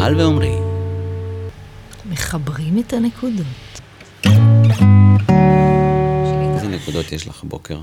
מיכל ועומרי. מחברים את הנקודות. איזה נקודות יש לך בוקר?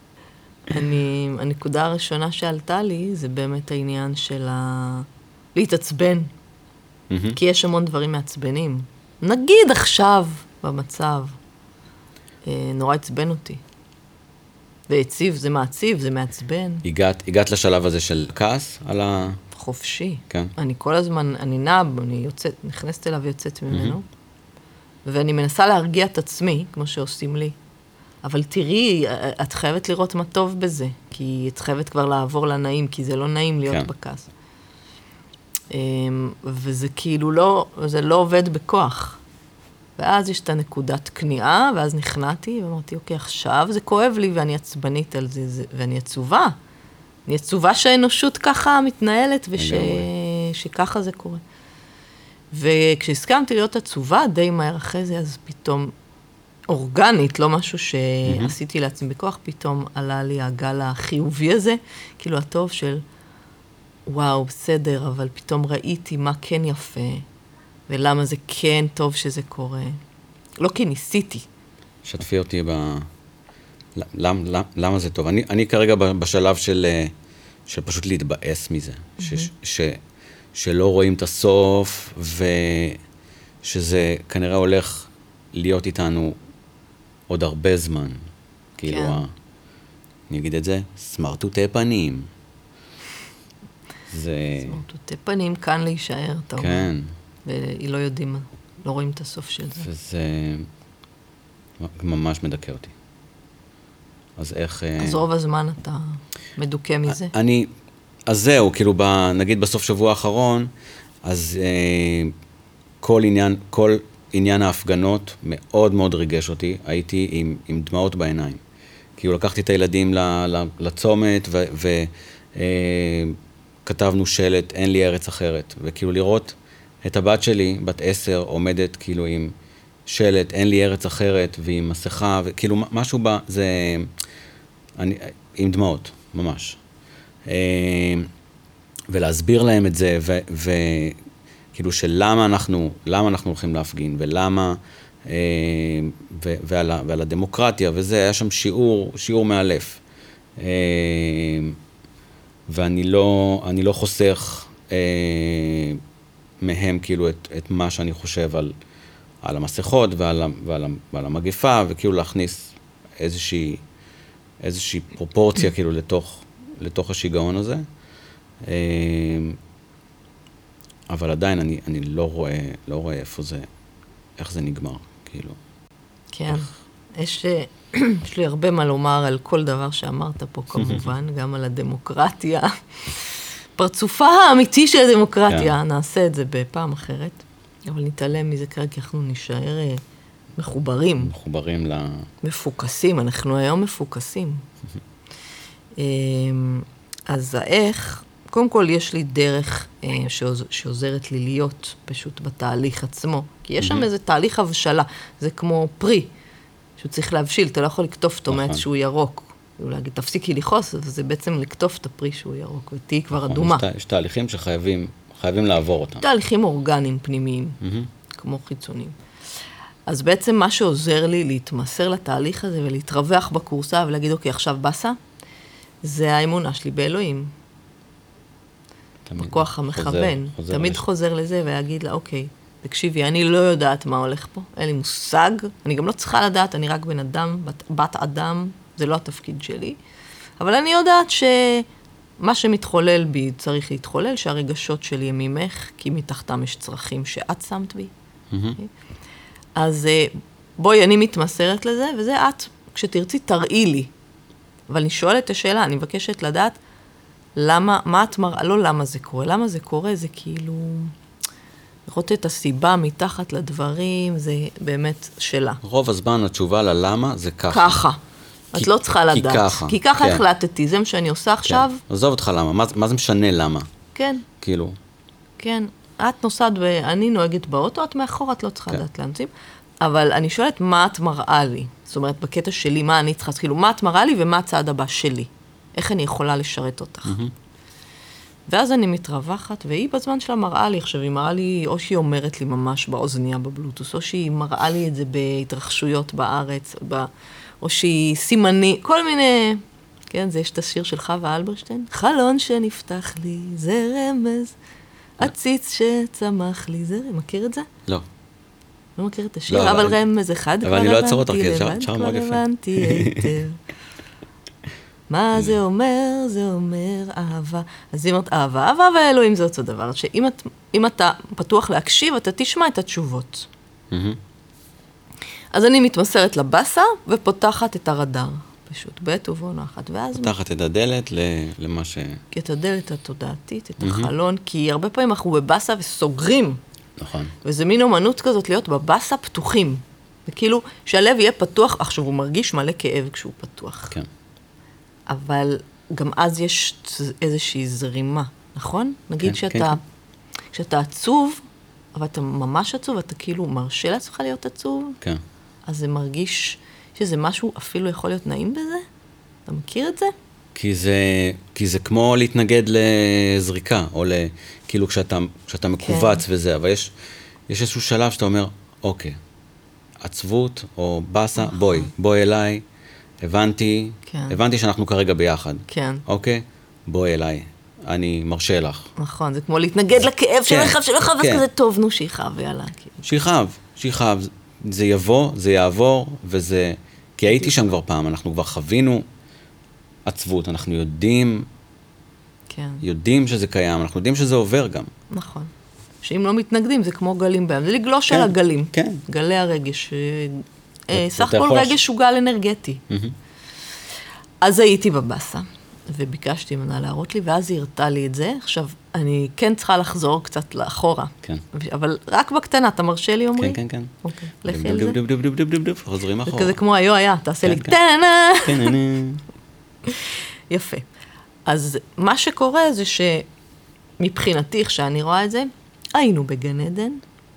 הנקודה הראשונה שעלתה לי, זה באמת העניין של להתעצבן. כי יש המון דברים מעצבנים. נגיד עכשיו, במצב, נורא עצבן אותי. והציב, זה מעציב, זה מעצבן. הגעת לשלב הזה של כעס על ה... חופשי. כן. אני כל הזמן, אני נעב, אני נכנסת אליו ויוצאת ממנו, ואני מנסה להרגיע את עצמי, כמו שעושים לי. אבל תראי, את חייבת לראות מה טוב בזה, כי את חייבת כבר לעבור לנעים, כי זה לא נעים להיות בכעס. וזה כאילו לא, זה לא עובד בכוח. ואז יש את הנקודת כניעה, ואז נכנעתי, ואמרתי, אוקיי, עכשיו זה כואב לי, ואני עצבנית על זה, ואני עצובה. אני עצובה שהאנושות ככה מתנהלת, ושככה זה קורה. וכשהסכמתי להיות עצובה, די מהר אחרי זה, אז פתאום אורגנית, לא משהו שעשיתי לעצמי בכוח, פתאום עלה לי הגל החיובי הזה, כאילו הטוב של, וואו, בסדר, אבל פתאום ראיתי מה כן יפה, ולמה זה כן טוב שזה קורה. לא כי ניסיתי. שתפי אותי למה זה טוב? אני כרגע בשלב של פשוט להתבאס מזה. שלא רואים את הסוף, ושזה כנראה הולך להיות איתנו עוד הרבה זמן. כאילו, אני אגיד את זה, סמרטוטי פנים. סמרטוטי פנים כאן להישאר, אתה אומר. כן. והיא לא יודעים, לא רואים את הסוף של זה. וזה ממש מדכא אותי. אז איך... אז רוב הזמן אתה מדוכא מזה? אז זהו, כאילו, נגיד בסוף שבוע האחרון, אז כל עניין ההפגנות מאוד מאוד ריגש אותי. הייתי עם דמעות בעיניים. כאילו, לקחתי את הילדים לצומת, וכתבנו שלט, אין לי ארץ אחרת. וכאילו, לראות את הבת שלי, בת 10, עומדת כאילו עם שלט, אין לי ארץ אחרת, ועם מסכה, וכאילו משהו זה... עם דמעות, ממש. ולהסביר להם את זה, וכאילו שלמה אנחנו הולכים להפגין, ולמה, ועל הדמוקרטיה, וזה, היה שם שיעור מאלף. ואני לא חוסך מהם כאילו את מה שאני חושב על המסכות ועל המגפה, וכאילו להכניס איזושהי פרופורציה כאילו לתוך השיגעון הזה. אבל עדיין אני לא רואה איך זה נגמר, כאילו. כן, יש לי הרבה מה לומר על כל דבר שאמרת פה כמובן, גם על הדמוקרטיה. פרצופה האמיתי של הדמוקרטיה, נעשה את זה בפעם אחרת, אבל נתעלם מזה כרגע, כי אנחנו נשאר מחוברים. מפוקסים, אנחנו היום מפוקסים. אז האיך, קודם כל יש לי דרך שעוזרת לי להיות פשוט בתהליך עצמו, כי יש שם איזה תהליך הבשלה, זה כמו פרי, שהוא צריך להבשיל, אתה לא יכול לקטוף תומט שהוא ירוק, להגיד, תפסיקי לכעוס, זה בעצם לקטוף את הפרי שהוא ירוק, ותהי כבר אדומה. יש תהליכים שחייבים לעבור אותם. תהליכים אורגניים פנימיים, כמו חיצוניים. אז בעצם מה שעוזר לי להתמסר לתהליך הזה ולהתרווח בקורסה ולהגיד, אוקיי, עכשיו בסה, זה האמונה שלי באלוהים. בכוח המכוון. תמיד חוזר לזה ולהגיד לה, אוקיי, תקשיבי, אני לא יודעת מה הולך פה, אין לי מושג, אני גם לא צריכה לדעת, אני רק בן אדם, בת אדם, זה לא התפקיד שלי, אבל אני יודעת שמה שמתחולל בי צריך להתחולל, שהרגשות שלי הם ממך, כי מתחתם יש צרכים שאת שמת בי. אז בואי, אני מתמסרת לזה, וזה את, כשתרצי, תראי לי. אבל אני שואלת את השאלה, אני מבקשת לדעת, מה את מראה, לא למה זה קורה, למה זה קורה, זה כאילו, לראות את הסיבה מתחת לדברים, זה באמת שאלה. רוב הזמן התשובה ללמה זה ככה. ככה. את לא צריכה לדעת. כי ככה החלטתי, זה מה שאני עושה עכשיו. עזוב אותך למה, מה זה משנה למה? כן. כאילו. כן, את נוסעת ואני נוהגת באוטו, את מאחור, את לא צריכה לדעת להמצאים. אבל אני שואלת מה את מראה לי. זאת אומרת, בקטע שלי, מה אני צריכה, כאילו, מה את מראה לי ומה הצעד הבא שלי. איך אני יכולה לשרת אותך. ואז אני מתרווחת, והיא בזמן שלה מראה לי, עכשיו היא מראה לי, או שהיא אומרת לי ממש באוזניה בבלוטוס, או שהיא מראה לי את זה בהתרחשויות בארץ, או שהיא סימני, כל מיני, כן, זה יש את השיר של חווה אלברשטיין, חלון שנפתח לי, זה רמז, עציץ שצמח לי, זה, מכיר את זה? לא. לא מכיר את השיר, אבל רמז אחד כבר הבנתי לבד, אבל אני לא אעצור אותך, כי שר מאוד יפה. כבר הבנתי היטב. מה זה אומר? זה אומר אהבה. אז היא אומרת, אהבה ואלוהים זה אותו דבר. שאם אתה פתוח להקשיב, אתה תשמע את התשובות. אז אני מתמסרת לבסה ופותחת את הרדאר. פשוט בית ובעונה אחת. פותחת את הדלת למה ש... את הדלת התודעתית, את החלון, כי הרבה פעמים אנחנו בבסה וסוגרים. נכון. וזה מין אומנות כזאת להיות בבסה פתוחים. וכאילו שהלב יהיה פתוח, עכשיו הוא מרגיש מלא כאב כשהוא פתוח. כן. אבל גם אז יש איזושהי זרימה, נכון? נגיד כשאתה עצוב, אבל אתה ממש עצוב, אתה כאילו מרשה לעצמך להיות עצוב, כן. אז זה מרגיש שזה משהו אפילו יכול להיות נעים בזה? אתה מכיר את זה? כי זה כמו להתנגד לזריקה, או כאילו כשאתה מקובץ וזה, אבל יש איזשהו שלב שאתה אומר, אוקיי, עצבות או בסה, בואי אליי, הבנתי שאנחנו כרגע ביחד. כן. אוקיי? בואי אליי. אני מרשה לך. נכון, זה כמו להתנגד לכאב שלך, ואז כזה טוב, נו, שיחב, יאללה. שיחב. זה יבוא, זה יעבור, וזה... כי הייתי שם כבר פעם, אנחנו כבר חווינו עצבות, אנחנו יודעים שזה קיים, אנחנו יודעים שזה עובר גם. נכון. שאם לא מתנגדים, זה כמו גלים בהם. זה לגלוש על הגלים. כן. גלי הרגש. סך כל רגש הוא גל אנרגטי. אז הייתי בבסה, וביקשתי ממנה להראות לי, ואז היא הראתה לי את זה. עכשיו, אני כן צריכה לחזור קצת לאחורה. כן. אבל רק בקטנה, אתה מרשה לי, אומרי? כן, כן, כן. אוקיי, לכי על זה. חוזרים אחורה. זה כזה כמו היה, תעשה לי קטנה. יפה. אז מה שקורה זה שמבחינתי, כשאני רואה את זה, היינו בגן עדן.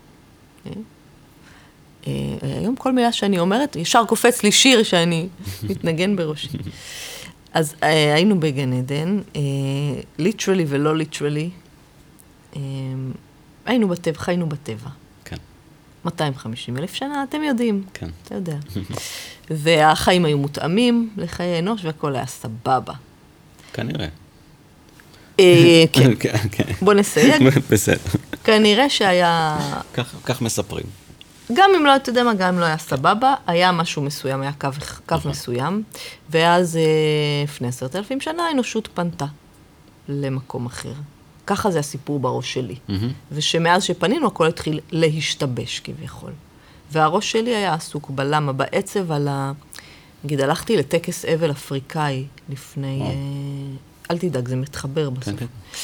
היום כל מילה שאני אומרת, ישר קופץ לי שיר שאני מתנגן בראשי. אז היינו בגן עדן, literally ולא literally, היינו בטבע, חיינו בטבע. כן. 250,000 שנה, אתם יודעים. כן. אתה יודע. והחיים היו מותאמים לחיי אנוש, והכל היה סבבה. כנראה. כן. בוא נסייג. בסדר. כנראה שהיה... כך מספרים. גם אם לא, אתה יודע מה, גם אם לא היה סבבה, היה משהו מסוים, היה קו מסוים, ואז לפני 10,000 שנה האנושות פנתה למקום אחר. ככה זה הסיפור בראש שלי. ושמאז שפנינו, הכל התחיל להשתבש כביכול. והראש שלי היה עסוק בלמה, בעצב על נגיד, הלכתי לטקס אבל אפריקאי לפני... אל תדאג, זה מתחבר בסוף.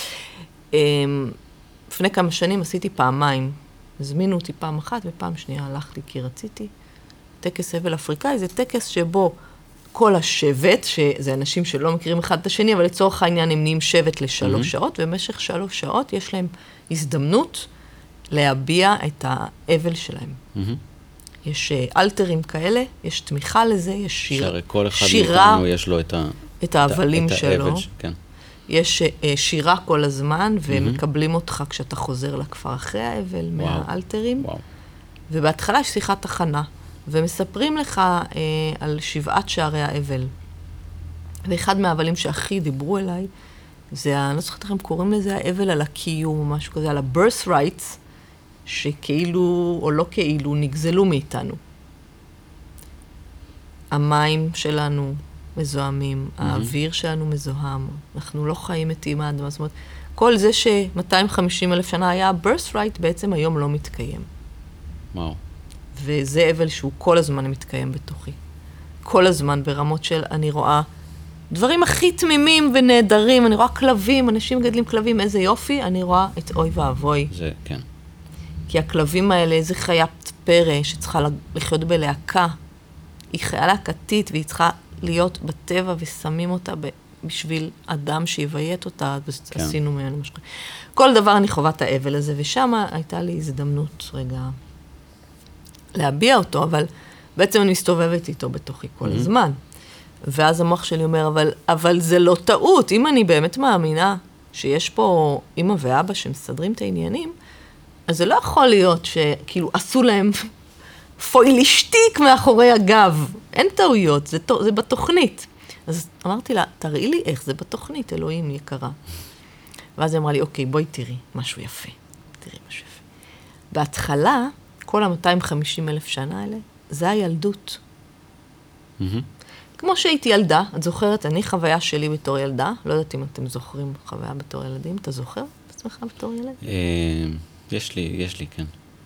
לפני כמה שנים עשיתי פעמיים. הזמינו אותי פעם אחת ופעם שנייה הלכתי כי רציתי. טקס אבל אפריקאי זה טקס שבו כל השבט, שזה אנשים שלא מכירים אחד את השני, אבל לצורך העניין הם נהיים שבט ל3 שעות, ובמשך 3 שעות יש להם הזדמנות להביע את האבל שלהם. יש אלתרים כאלה, יש תמיכה לזה, יש שירה. כל אחד מאיתנו יש לו את האבלים שלו. כן. יש שירה כל הזמן, ומקבלים אותך כשאתה חוזר לכפר אחרי האבל מהאלתרים. ובהתחלה יש שיחת הכנה, ומספרים לך על 7 שערי האבל. ואחד מהאבלים שהכי דיברו אליי, זה, אני לא זוכרת איך הם קוראים לזה, האבל על הקיום, או משהו כזה, על ה-birth rights, שכאילו, או לא כאילו, נגזלו מאיתנו. המים שלנו מזוהמים, האוויר שלנו מזוהם, אנחנו לא חיים מתים האדמה, זאת אומרת, כל זה ש-250,000 שנה היה ה-birth right, בעצם היום לא מתקיים. וואו. וזה אבל שהוא כל הזמן מתקיים בתוכי. כל הזמן ברמות של, אני רואה דברים הכי תמימים ונהדרים, אני רואה כלבים, אנשים מגדלים כלבים, איזה יופי, אני רואה את אוי ואבוי. זה, כן. כי הכלבים האלה, איזה חיית פרא שצריכה לחיות בלהקה, היא חיה להקתית והיא צריכה להיות בטבע ושמים אותה בשביל אדם שיביית אותה, ועשינו ממנו משהו. כל דבר אני חובה את האבל הזה, ושם הייתה לי הזדמנות רגע להביע אותו, אבל בעצם אני מסתובבת איתו בתוכי כל הזמן. ואז המוח שלי אומר, אבל זה לא טעות, אם אני באמת מאמינה שיש פה אמא ואבא שמסדרים את העניינים, אז זה לא יכול להיות שכאילו עשו להם פוילישטיק מאחורי הגב. אין טעויות, זה בתוכנית. אז אמרתי לה, תראי לי איך זה בתוכנית, אלוהים יקרה. ואז היא אמרה לי, אוקיי, בואי תראי משהו יפה. תראי משהו יפה. בהתחלה, כל ה-250,000 שנה האלה, זה הילדות. כמו שהייתי ילדה, את זוכרת, אני חוויה שלי בתור ילדה, לא יודעת אם אתם זוכרים חוויה בתור ילדים, אתה זוכר בעצמך בתור ילד? יש לי, כן.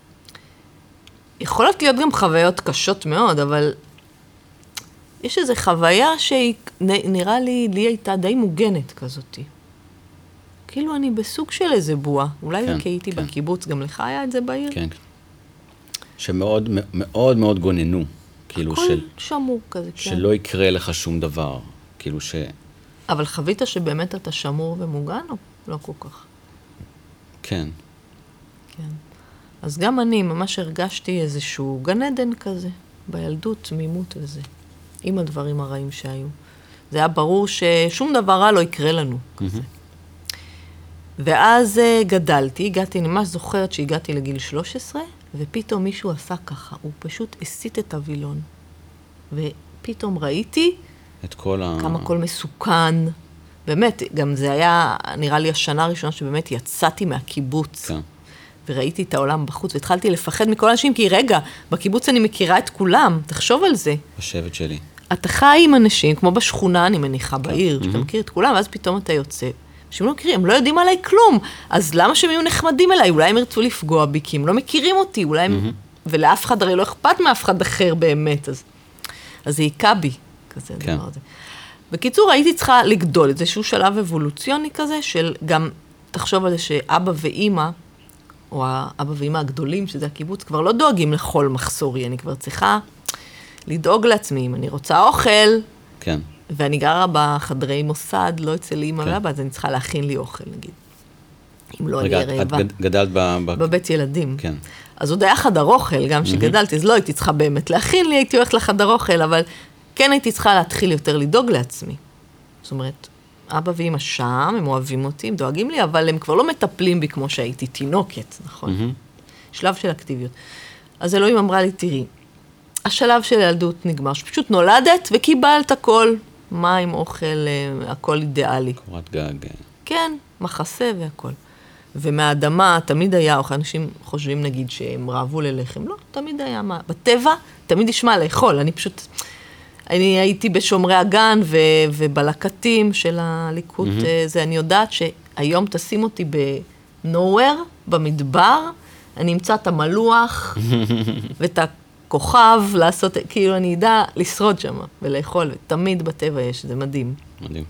יכולות להיות גם חוויות קשות מאוד, אבל יש איזו חוויה שהיא, נראה לי הייתה די מוגנת כזאת. כאילו אני בסוג של איזה בועה. אולי כי הייתי בקיבוץ, גם לך היה את זה בעיר? כן. שמאוד מאוד מאוד גוננו. כאילו הכל שמור כזה, כן. שלא יקרה לך שום דבר. כאילו אבל חווית שבאמת אתה שמור ומוגן או לא כל כך? כן. כן. אז גם אני ממש הרגשתי איזשהו גן עדן כזה, בילדות, תמימות וזה, עם הדברים הרעים שהיו. זה היה ברור ששום דבר רע לא יקרה לנו כזה. ואז גדלתי, אני ממש זוכרת שהגעתי לגיל 13, ופתאום מישהו עשה ככה, הוא פשוט הסיט את הווילון. ופתאום ראיתי את כל כמה הכל מסוכן. באמת, גם זה היה, נראה לי השנה הראשונה שבאמת יצאתי מהקיבוץ. כן. וראיתי את העולם בחוץ, והתחלתי לפחד מכל אנשים, כי רגע, בקיבוץ אני מכירה את כולם, תחשוב על זה. בשבט שלי. אתה חי עם אנשים, כמו בשכונה, אני מניחה, בעיר, שאתה מכיר את כולם, ואז פתאום אתה יוצא. אנשים לא מכירים, הם לא יודעים עליי כלום, אז למה שהם יהיו נחמדים אליי? אולי הם ירצו לפגוע בי, כי הם לא מכירים אותי, אולי הם... ולאף אחד הרי לא אכפת מאף אחד אחר באמת, אז זה היכה בי, כזה הדבר הזה. בקיצור, הייתי צריכה לגדול, איזשהו שלב אבולוציוני כזה, של גם, תחשוב על זה שאבא ואמא, או האבא ואמא הגדולים, שזה הקיבוץ, כבר לא דואגים לכל מחסורי, אני כבר צריכה לדאוג לעצמי, אם אני רוצה אוכל, כן. ואני גרה בחדרי מוסד, לא אצל אמא ואבא, אז אני צריכה להכין לי אוכל, נגיד. אם לא אני רעבה. רגע, את גדלת בבית ילדים. כן. אז עוד היה חדר אוכל, גם שגדלתי, אז לא הייתי צריכה באמת להכין לי, הייתי הולכת לחדר אוכל, אבל כן הייתי צריכה להתחיל יותר לדאוג לעצמי. זאת אומרת, אבא ואמא שם, הם אוהבים אותי, הם דואגים לי, אבל הם כבר לא מטפלים בי כמו שהייתי תינוקת, נכון? שלב של אקטיביות. אז אלוהים אמרה לי, תראי, השלב של ילדות נגמר, שפשוט נולדת וקיבלת הכל, מים, אוכל, הכל אידיאלי. קורת גג. כן, מחסה והכל. ומהאדמה תמיד היה, או אנשים חושבים נגיד שהם רעבו ללחם, לא, תמיד היה מה. בטבע תמיד ישמע לאכול, אני הייתי בשומרי הגן ובלקטים של הליקוט, זה אני יודעת שהיום תשים אותי בנוהוור, במדבר, אני אמצא את המלוח ואת הכוכב לעשות, כאילו אני אדע לשרוד שם ולאכול, תמיד בטבע יש, זה מדהים. מדהים.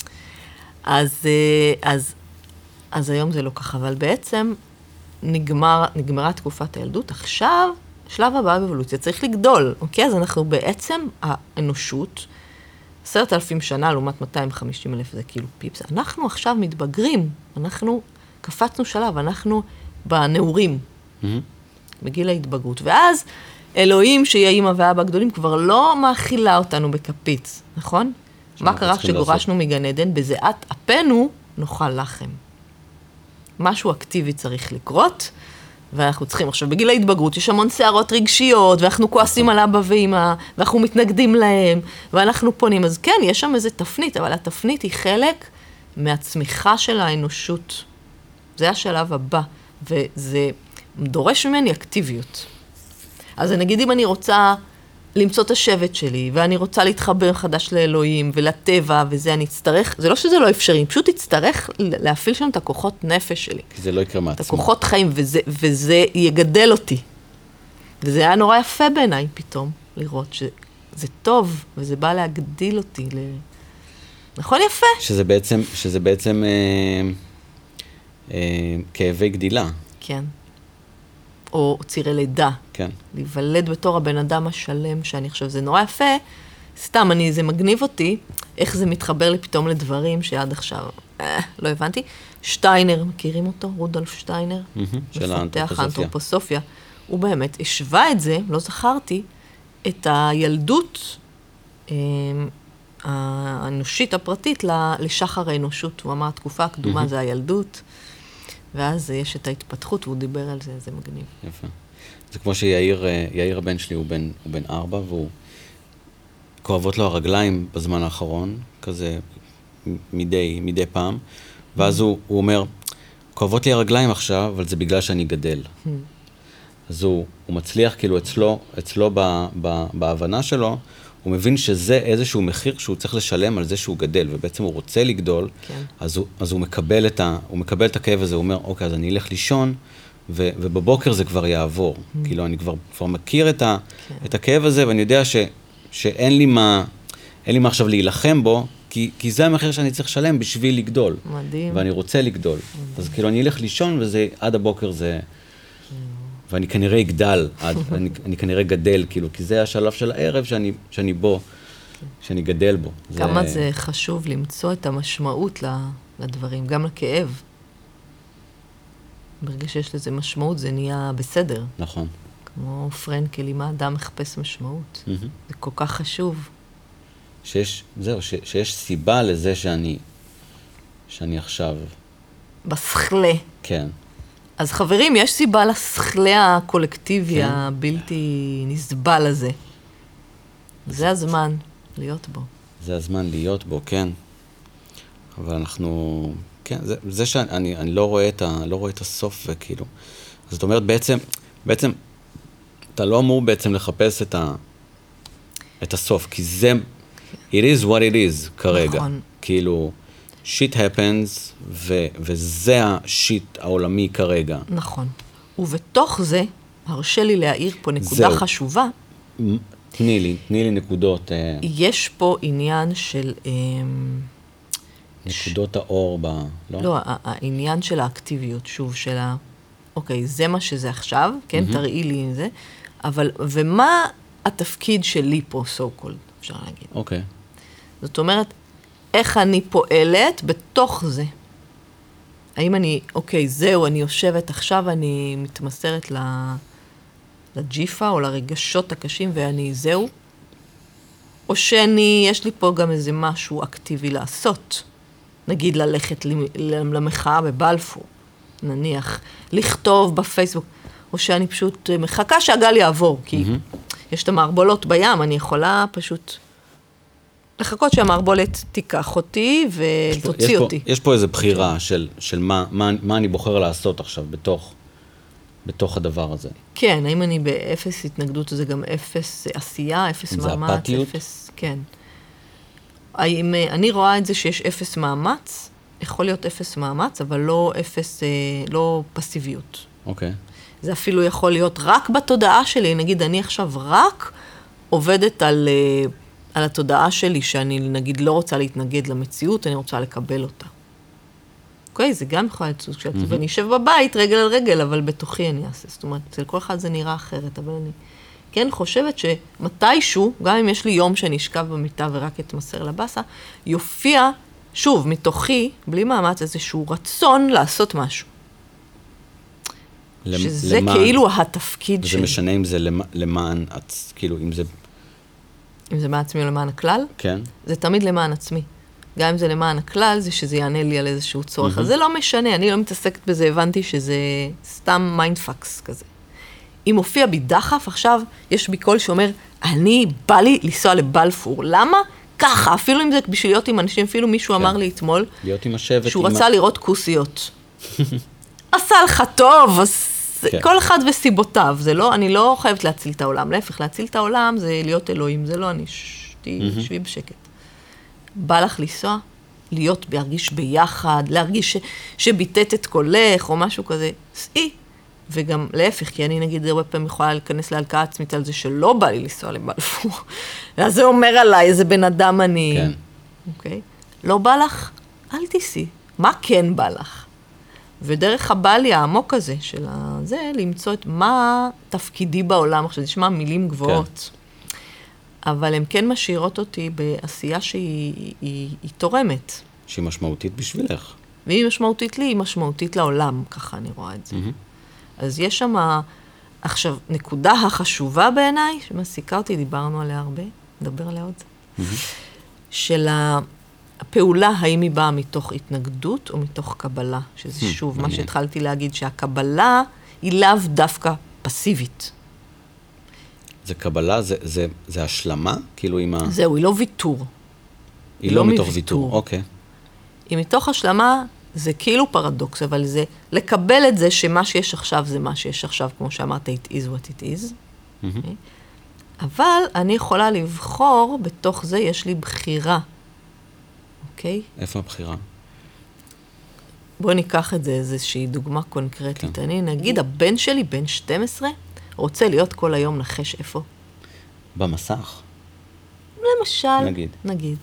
אז היום זה לא ככה, אבל בעצם נגמרה תקופת הילדות, עכשיו שלב הבא באבולוציה צריך לגדול, אוקיי? אז אנחנו בעצם, האנושות, 10,000 שנה לעומת 250,000, זה כאילו פיפס, אנחנו עכשיו מתבגרים, אנחנו קפצנו שלב, אנחנו בנעורים, בגיל ההתבגרות, ואז אלוהים שיהיה אמא ואבא גדולים כבר לא מאכילה אותנו בכפית, נכון? מה קרה כשגורשנו מגן עדן? בזיעת אפנו נאכל לחם. משהו אקטיבי צריך לקרות, ואנחנו צריכים עכשיו, בגיל ההתבגרות יש המון שערות רגשיות, ואנחנו כועסים על אבא ואמא, ואנחנו מתנגדים להם, ואנחנו פונים. אז כן, יש שם איזו תפנית, אבל התפנית היא חלק מהצמיחה של האנושות. זה השלב הבא, וזה דורש ממני אקטיביות. אז נגיד אם אני רוצה למצוא את השבט שלי, ואני רוצה להתחבר חדש לאלוהים ולטבע, וזה אני אצטרך, זה לא שזה לא אפשרי, פשוט אצטרך להפעיל שם את הכוחות נפש שלי. כי זה לא יקרה מעצמו. את הכוחות חיים, וזה יגדל אותי. וזה היה נורא יפה בעיניי פתאום, לראות שזה טוב, וזה בא להגדיל אותי. נכון יפה? שזה בעצם כאבי גדילה. כן. או צירי לידה. כן. להיוולד בתור הבן אדם השלם, שאני חושב, זה נורא יפה. סתם, זה מגניב אותי, איך זה מתחבר לי פתאום לדברים שעד עכשיו, לא הבנתי. שטיינר, מכירים אותו? רודולף שטיינר? של האנתרופוסופיה. הוא באמת השווה את זה, לא זכרתי, את הילדות האנושית הפרטית לשחר האנושות. הוא אמר, התקופה הקדומה זה הילדות, ואז יש את ההתפתחות, והוא דיבר על זה, זה מגניב. יפה. זה כמו שיאיר הבן שלי, הוא בן 4, והוא כואבות לו הרגליים בזמן האחרון, כזה מדי פעם, ואז הוא אומר, כואבות לי הרגליים עכשיו, אבל זה בגלל שאני גדל. אז הוא מצליח, כאילו אצלו בהבנה שלו, הוא מבין שזה איזשהו מחיר שהוא צריך לשלם על זה שהוא גדל, ובעצם הוא רוצה לגדול, כן. אז הוא מקבל את הכאב הזה, הוא אומר, אוקיי, אז אני אלך לישון, ובבוקר זה כבר יעבור. כאילו, אני כבר מכיר את הכאב הזה, ואני יודע שאין לי מה עכשיו להילחם בו, כי זה המחיר שאני צריך לשלם בשביל לגדול. מדהים. ואני רוצה לגדול. אז כאילו, אני אלך לישון, עד הבוקר זה... ואני כנראה אגדל, אני כנראה גדל, כאילו, כי זה השלב של הערב שאני בו, שאני גדל בו. כמה זה חשוב למצוא את המשמעות לדברים, גם לכאב. ברגע שיש לזה משמעות, זה נהיה בסדר. נכון. כמו פרנקל, אם האדם מחפש משמעות. זה כל כך חשוב. שיש סיבה לזה שאני עכשיו... בשכלה. כן. אז חברים, יש סיבה לשכלה הקולקטיבי הבלתי נסבל הזה. זה הזמן להיות בו. זה הזמן להיות בו, כן. אבל אנחנו... כן, זה שאני לא רואה את הסוף, וכאילו... אז זאת אומרת, בעצם, אתה לא אמור בעצם לחפש את הסוף, כי זה... It is what it is כרגע. נכון. כאילו... שיט הפנס, וזה השיט העולמי כרגע. נכון. ובתוך זה, הרשה לי להעיר פה נקודה חשובה. תני לי נקודות. יש פה עניין של... נקודות האור לא? לא, העניין של האקטיביות, שוב, של אוקיי, זה מה שזה עכשיו, כן, תראי לי עם זה, אבל, ומה התפקיד שלי פה, so called, אפשר להגיד. אוקיי. זאת אומרת, איך אני פועלת בתוך זה. האם אוקיי, זהו, אני יושבת עכשיו, אני מתמסרת לג'יפה או לרגשות הקשים, זהו? או יש לי פה גם איזה משהו אקטיבי לעשות. נגיד ללכת למחאה בבלפור, נניח, לכתוב בפייסבוק, או שאני פשוט מחכה שהגל יעבור, כי יש את המערבולות בים, אני יכולה פשוט... לחכות שהמערבולת תיקח אותי ותוציא אותי. יש פה איזו בחירה של מה אני בוחר לעשות עכשיו בתוך הדבר הזה. כן, האם אני באפס התנגדות, זה גם אפס עשייה, אפס מאמץ, זה אפתיות? כן. האם אני רואה את זה שיש אפס מאמץ, יכול להיות אפס מאמץ, אבל לא פסיביות. אוקיי. זה אפילו יכול להיות רק בתודעה שלי, נגיד אני עכשיו רק עובדת על התודעה שלי, שאני נגיד לא רוצה להתנגד למציאות, אני רוצה לקבל אותה. אוקיי, זה גם יכול להיות סוג של... ואני אשב בבית רגל על רגל, אבל בתוכי אני אעשה. זאת אומרת, אצל כל אחד זה נראה אחרת, אבל אני כן חושבת שמתישהו, גם אם יש לי יום שאני אשכב במיטה ורק אתמסר לבאסה, יופיע, שוב, מתוכי, בלי מאמץ, איזשהו רצון לעשות משהו. שזה כאילו התפקיד שלי. זה משנה אם זה למען, כאילו, אם זה מעצמי או למען הכלל? כן. זה תמיד למען עצמי. גם אם זה למען הכלל, זה שזה יענה לי על איזשהו צורך. אז זה לא משנה, אני לא מתעסקת בזה, הבנתי שזה סתם מיינדפקס כזה. אם מופיע בי דחף, עכשיו יש בי קול שאומר, בא לי לנסוע לבלפור. למה? ככה, אפילו אם זה בשביל להיות עם אנשים, אפילו מישהו אמר לי אתמול, להיות עם השבט, שהוא רצה לראות כוסיות. עשה לך טוב, אז כל אחד וסיבותיו, זה לא, אני לא חייבת להציל את העולם, להפך, להציל את העולם זה להיות אלוהים, זה לא, אני שבי בשקט. בא לך לנסוע, להרגיש ביחד, להרגיש שביטט את קולך, או משהו כזה, סעי. וגם להפך, כי אני נגיד הרבה פעמים יכולה להיכנס להלקאה עצמית על זה שלא בא לי לנסוע לבלפור. אז זה אומר עליי, איזה בן אדם אני... כן. אוקיי? לא בא לך? אל תיסעי. מה כן בא לך? ודרך הבא לי העמוק הזה של זה, למצוא את מה תפקידי בעולם. עכשיו, נשמע מילים גבוהות. כן. אבל הן כן משאירות אותי בעשייה שהיא תורמת. שהיא משמעותית בשבילך. והיא משמעותית לי, היא משמעותית לעולם, ככה אני רואה את זה. אז יש שם, עכשיו, נקודה החשובה בעיניי, שמסיקה אותי, דיברנו עליה הרבה, נדבר עליה עוד. של הפעולה, האם היא באה מתוך התנגדות או מתוך קבלה, שזה שוב, מה שהתחלתי להגיד, שהקבלה היא לאו דווקא פסיבית. זה קבלה, זה השלמה? כאילו עם ה... זהו, היא לא ויתור. היא לא מתוך ויתור, אוקיי. היא מתוך השלמה, זה כאילו פרדוקס, אבל זה לקבל את זה שמה שיש עכשיו זה מה שיש עכשיו, כמו שאמרת, it is what it is. אבל אני יכולה לבחור, בתוך זה יש לי בחירה. אוקיי? איפה הבחירה? בואו ניקח את זה, איזושהי דוגמה קונקרטית. אני נגיד, הבן שלי, בן 12, רוצה להיות כל היום נחש איפה? במסך. למשל. נגיד.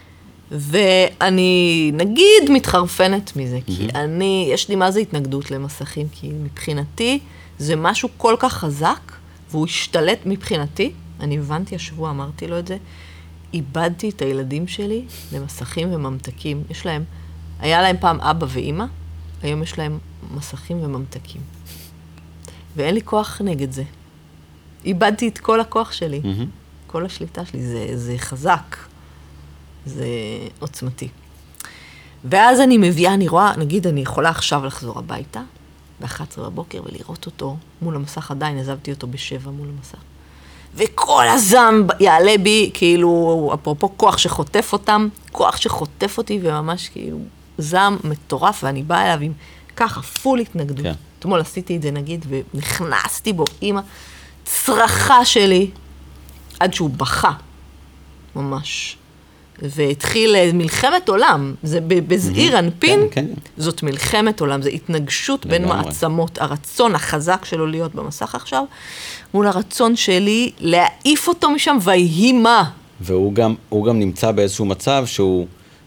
ואני, נגיד, מתחרפנת מזה, כי יש לי מה זה התנגדות למסכים, כי מבחינתי זה משהו כל כך חזק, והוא השתלט מבחינתי, אני הבנתי השבוע, אמרתי לו את זה, איבדתי את הילדים שלי למסכים וממתקים. היה להם פעם אבא ואמא, היום יש להם מסכים וממתקים. ואין לי כוח נגד זה. איבדתי את כל הכוח שלי, כל השליטה שלי, זה חזק. זה עוצמתי. ואז אני מביאה, אני רואה, נגיד, אני יכולה עכשיו לחזור הביתה, ב-11 בבוקר, ולראות אותו מול המסך עדיין, עזבתי אותו ב-7 מול המסך. וכל הזעם יעלה בי, כאילו, אפרופו כוח שחוטף אותם, כוח שחוטף אותי, וממש כאילו, זעם מטורף, ואני באה אליו עם ככה, פול התנגדות. כן. אתמול עשיתי את זה, נגיד, ונכנסתי בו עם הצרחה שלי, עד שהוא בכה, ממש. והתחיל מלחמת עולם, זה בזעיר אנפין, זאת מלחמת עולם, זה התנגשות בין מעצמות, הרצון החזק שלו להיות במסך עכשיו, מול הרצון שלי להעיף אותו משם, ויהי מה. והוא גם נמצא באיזשהו מצב שהוא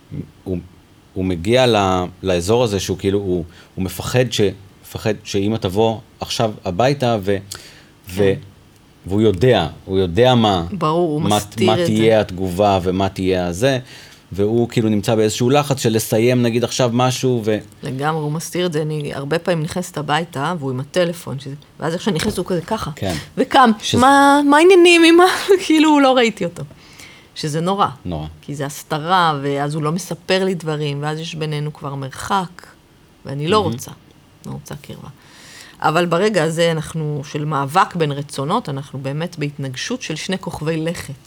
מגיע לאזור הזה, שהוא כאילו, הוא מפחד שאמא תבוא עכשיו הביתה, והוא יודע מה, ברור, הוא מסתיר את זה. מה תהיה התגובה ומה תהיה הזה, והוא כאילו נמצא באיזשהו לחץ של לסיים נגיד עכשיו משהו לגמרי, הוא מסתיר את זה, אני הרבה פעמים נכנסת הביתה, והוא עם הטלפון, ואז איך שאני נכנסת הוא כזה ככה, וקם, מה העניינים אמא? כאילו לא ראיתי אותו. שזה נורא. כי זה הסתרה, ואז הוא לא מספר לי דברים, ואז יש בינינו כבר מרחק, ואני לא רוצה קרבה. אבל ברגע הזה אנחנו, של מאבק בין רצונות, אנחנו באמת בהתנגשות של שני כוכבי לכת.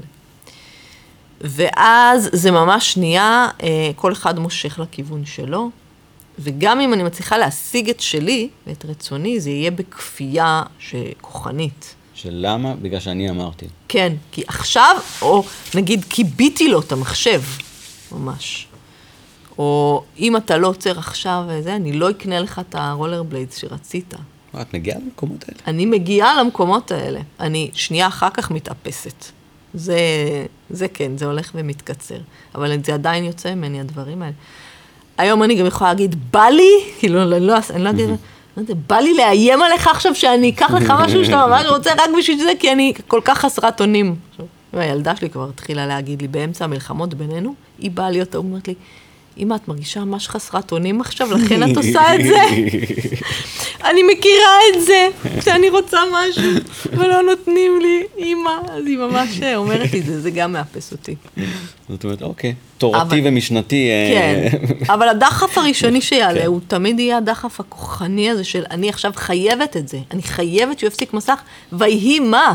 ואז זה ממש נהיה, כל אחד מושך לכיוון שלו, וגם אם אני מצליחה להשיג את שלי ואת רצוני, זה יהיה בכפייה כוחנית. שלמה? בגלל שאני אמרתי. כן, כי עכשיו, או נגיד, קיביתי לו את המחשב, ממש. או אם אתה לא עוצר עכשיו וזה, אני לא אקנה לך את הרולר בליידס שרצית. את מגיעה למקומות האלה? אני מגיעה למקומות האלה. אני שנייה אחר כך מתאפסת. זה כן, זה הולך ומתקצר. אבל זה עדיין יוצא ממני, הדברים האלה. היום אני גם יכולה להגיד, בא לי, כאילו, אני לא אגיד, בא לי לאיים עליך עכשיו שאני אקח לך משהו שאתה ממש רוצה רק בשביל זה, כי אני כל כך חסרת אונים. הילדה שלי כבר התחילה להגיד לי, באמצע המלחמות בינינו, היא באה לי אותה, אומרת לי, אמא, את מרגישה ממש חסרת אונים עכשיו, לכן את עושה את זה? אני מכירה את זה, שאני רוצה משהו, ולא נותנים לי, אמא. אז היא ממש אומרת לי, זה גם מאפס אותי. זאת אומרת, אוקיי, תורתי ומשנתי. כן, אבל הדחף הראשוני שיעלה, הוא תמיד יהיה הדחף הכוחני הזה של, אני עכשיו חייבת את זה, אני חייבת שהוא יפסיק מסך, ויהי מה?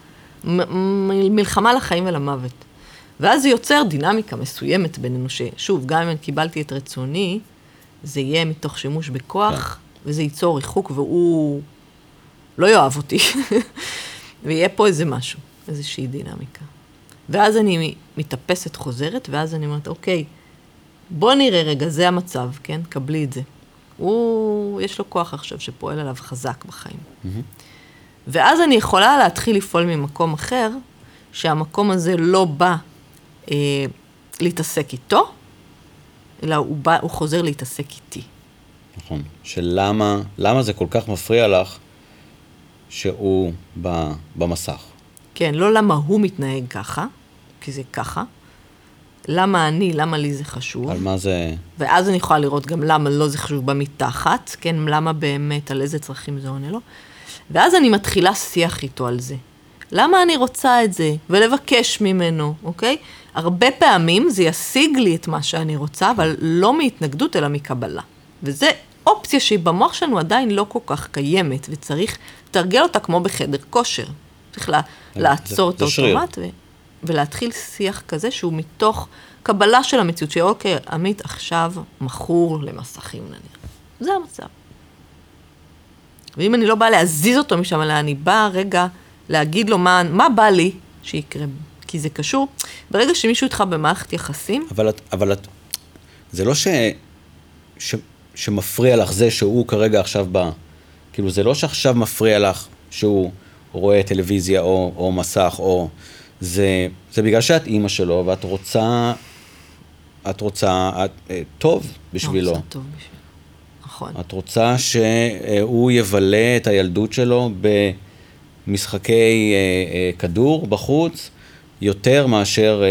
מלחמה לחיים ולמוות. ואז זה יוצר דינמיקה מסוימת בינינו, ששוב, גם אם קיבלתי את רצוני, זה יהיה מתוך שימוש בכוח, וזה ייצור ריחוק, והוא לא יאהב אותי. ויהיה פה איזה משהו, איזושהי דינמיקה. ואז אני מתאפסת חוזרת, ואז אני אומרת, אוקיי, בוא נראה רגע, זה המצב, כן? קבלי את זה. יש לו כוח עכשיו שפועל עליו חזק בחיים. ואז אני יכולה להתחיל לפעול ממקום אחר, שהמקום הזה לא בא להתעסק איתו, אלא הוא חוזר להתעסק איתי. נכון. למה זה כל כך מפריע לך שהוא במסך? כן, לא למה הוא מתנהג ככה, כי זה ככה, למה לי זה חשוב. על מה זה... ואז אני יכולה לראות גם למה לא זה חשוב במתחת, כן, למה באמת, על איזה צרכים זה עונה לו. ואז אני מתחילה שיח איתו על זה. למה אני רוצה את זה? ולבקש ממנו, אוקיי? הרבה פעמים זה ישיג לי את מה שאני רוצה, אבל לא מהתנגדות, אלא מקבלה. וזה אופציה שהיא במוח שלנו עדיין לא כל כך קיימת, וצריך לתרגל אותה כמו בחדר כושר. צריך לעצור את האוטומט ולהתחיל שיח כזה שהוא מתוך קבלה של המציאות, שאוקיי, עמית עכשיו מכור למסכים נניח. זה המצב. ואם אני לא באה להזיז אותו משם, אלא אני באה רגע להגיד לו מה בא לי שיקרה, כי זה קשור. ברגע שמישהו איתך במערכת יחסים... אבל זה לא שמפריע לך זה שהוא כרגע עכשיו בא. כאילו זה לא שעכשיו מפריע לך שהוא רואה טלוויזיה או מסך, או... זה בגלל שאת אימא שלו, ואת רוצה טוב בשבילו. רוצה טוב בשבילו. נכון. את רוצה שהוא יבלה את הילדות שלו במשחקי כדור בחוץ, יותר מאשר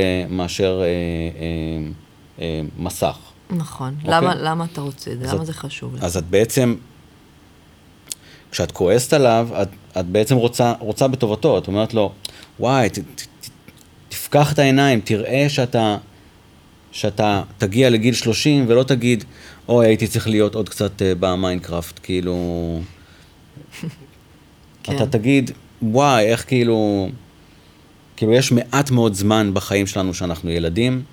מסך. נכון. למה אתה רוצה את זה? למה זה חשוב? אז את בעצם, כשאת כועסת עליו, את בעצם רוצה בטובתו. את אומרת לו, וואי, תפקח את העיניים, תראה שאתה תגיע לגיל 30 ולא תגיד, אוי, הייתי צריך להיות עוד קצת במיינקראפט, כאילו... כן. אתה תגיד, וואי, איך כאילו יש מעט מאוד זמן בחיים שלנו שאנחנו ילדים,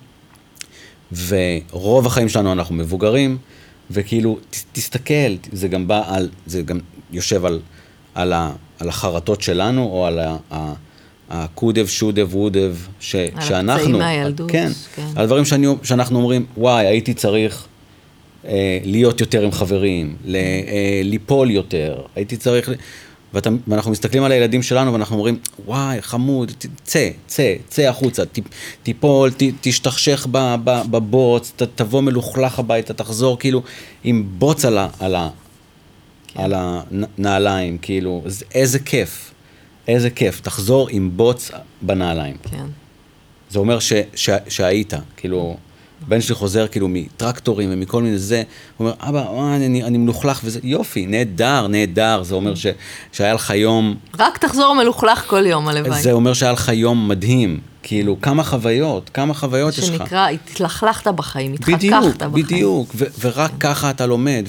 ורוב החיים שלנו אנחנו מבוגרים, וכאילו, תסתכל, זה גם יושב על החרטות שלנו, או על הקודב, שודב, וודב, שאנחנו... על הפצעים מהילדות. כן, על הדברים שאנחנו אומרים, וואי, הייתי צריך להיות יותר עם חברים, ליפול יותר, הייתי צריך... ואנחנו מסתכלים על הילדים שלנו, ואנחנו אומרים, וואי, חמוד, צא החוצה, תיפול, תשתחשך בבוץ, תבוא מלוכלך הביתה, תחזור כאילו עם בוץ על הנעליים, כאילו, איזה כיף, תחזור עם בוץ בנעליים. כן. זה אומר שהיית, כאילו, בן שלי חוזר כאילו מטרקטורים ומכל מיני זה, הוא אומר, אבא, אני מלוכלך וזה, יופי, נהדר, זה אומר שהיה לך יום... רק תחזור מלוכלך כל יום, הלוואי. זה אומר שהיה לך יום מדהים, כאילו, כמה חוויות יש לך. שנקרא, התלכלכת בחיים, התחככת בחיים. בדיוק, ורק ככה אתה לומד,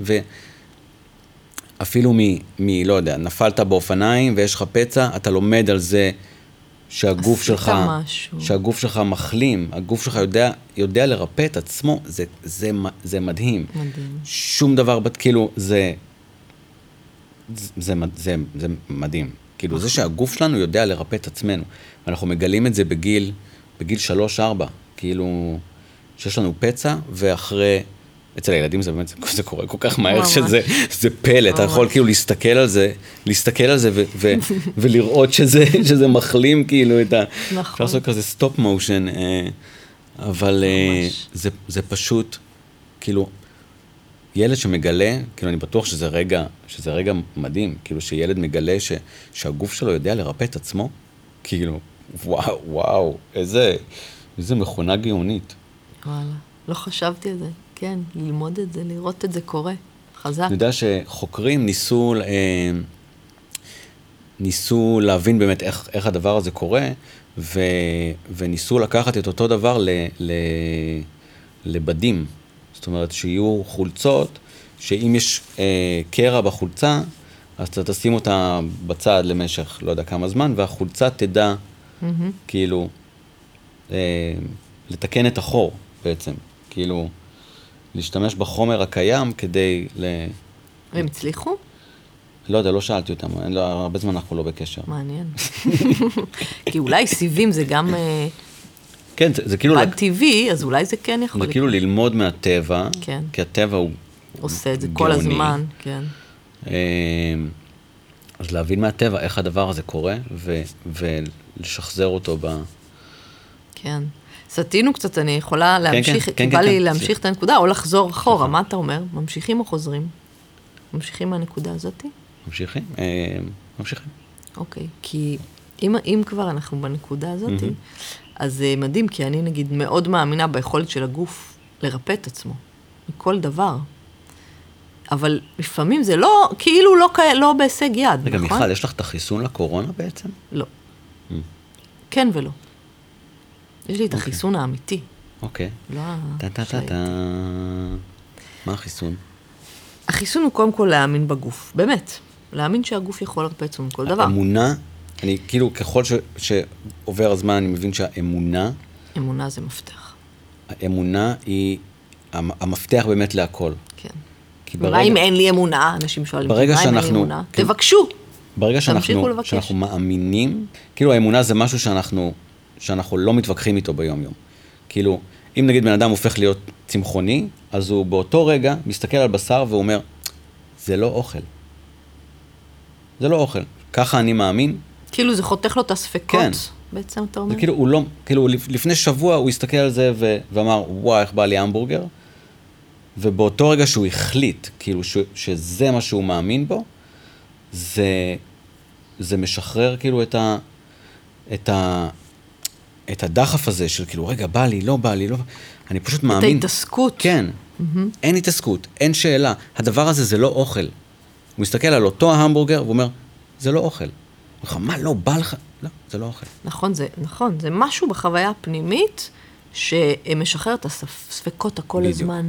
ואפילו לא יודע, נפלת באופניים ויש לך פצע, אתה לומד על זה, שהגוף שלך מחלים, הגוף שלך יודע לרפא את עצמו, זה מדהים. שום דבר, כאילו, זה מדהים. כאילו, זה שהגוף שלנו יודע לרפא את עצמנו, ואנחנו מגלים את זה בגיל 3-4, כאילו, שיש לנו פצע, ואחרי, אצל הילדים זה באמת, זה קורה כל כך מהר שזה פלא, אתה יכול כאילו להסתכל על זה ולראות שזה מחלים כאילו את אפשר לעשות כזה סטופ מושן, אבל זה פשוט, כאילו, ילד שמגלה, כאילו אני בטוח שזה רגע מדהים, כאילו שילד מגלה שהגוף שלו יודע לרפא את עצמו, כאילו, וואו, איזה מכונה גאונית. וואלה, לא חשבתי על זה. כן, ללמוד את זה, לראות את זה קורה, חזק. אני יודע שחוקרים ניסו להבין באמת איך הדבר הזה קורה, וניסו לקחת את אותו דבר לבדים. זאת אומרת, שיהיו חולצות, שאם יש קרע בחולצה, אז אתה תשים אותה בצד למשך לא יודע כמה זמן, והחולצה תדע, כאילו, לתקן את החור בעצם, כאילו, להשתמש בחומר הקיים כדי והם הצליחו? לא יודע, לא שאלתי אותם, הרבה זמן אנחנו לא בקשר. מעניין. כי אולי סיבים זה גם... כן, זה כאילו... בד טבעי, אז אולי זה כן יכול... זה כאילו ללמוד מהטבע, כי הטבע הוא עושה את זה כל הזמן, כן. אז להבין מהטבע איך הדבר הזה קורה, ולשחזר אותו כן. סתינו קצת, אני יכולה להמשיך, כי בא לי להמשיך את הנקודה, או לחזור אחורה, מה אתה אומר? ממשיכים או חוזרים? ממשיכים מהנקודה הזאת? ממשיכים. אוקיי, כי אם כבר אנחנו בנקודה הזאת, אז זה מדהים, כי אני נגיד מאוד מאמינה ביכולת של הגוף לרפא את עצמו, מכל דבר. אבל לפעמים זה לא, כאילו לא בהישג יד, רגע, נכון? מיכל, יש לך את החיסון לקורונה בעצם? לא. כן ולא. יש לי את החיסון האמיתי. אוקיי. לא מה החיסון? החיסון הוא קודם כל להאמין בגוף, באמת. להאמין שהגוף יכול לרפא אצלנו כל דבר. האמונה, אני כאילו ככל שעובר הזמן אני מבין שהאמונה... אמונה זה מפתח. האמונה היא המפתח באמת להכל. כן. ברגע... מה אם אין לי אמונה? אנשים שואלים, מה אם אין לי אמונה? כן. תבקשו. ברגע שאנחנו מאמינים, כאילו האמונה זה משהו שאנחנו לא מתווכחים איתו ביום יום. כאילו, אם נגיד בן אדם הופך להיות צמחוני, אז הוא באותו רגע מסתכל על בשר והוא אומר, זה לא אוכל. זה לא אוכל. ככה אני מאמין. כאילו זה חותך לו את הספקות. כן. בעצם אתה אומר? זה כאילו, הוא לא, כאילו לפני שבוע הוא הסתכל על זה ואמר, וואי, איך בא לי המבורגר? ובאותו רגע שהוא החליט, כאילו שזה מה שהוא מאמין בו, זה משחרר כאילו את הדחף הזה של כאילו, רגע, בא לי, לא בא לי, לא... אני פשוט מאמין... את ההתעסקות. כן. אין התעסקות, אין שאלה. הדבר הזה זה לא אוכל. הוא מסתכל על אותו ההמבורגר והוא אומר, זה לא אוכל. הוא אומר, מה, לא, בא לך? לא, זה לא אוכל. נכון, זה משהו בחוויה הפנימית שמשחרר את הספקות הכל הזמן...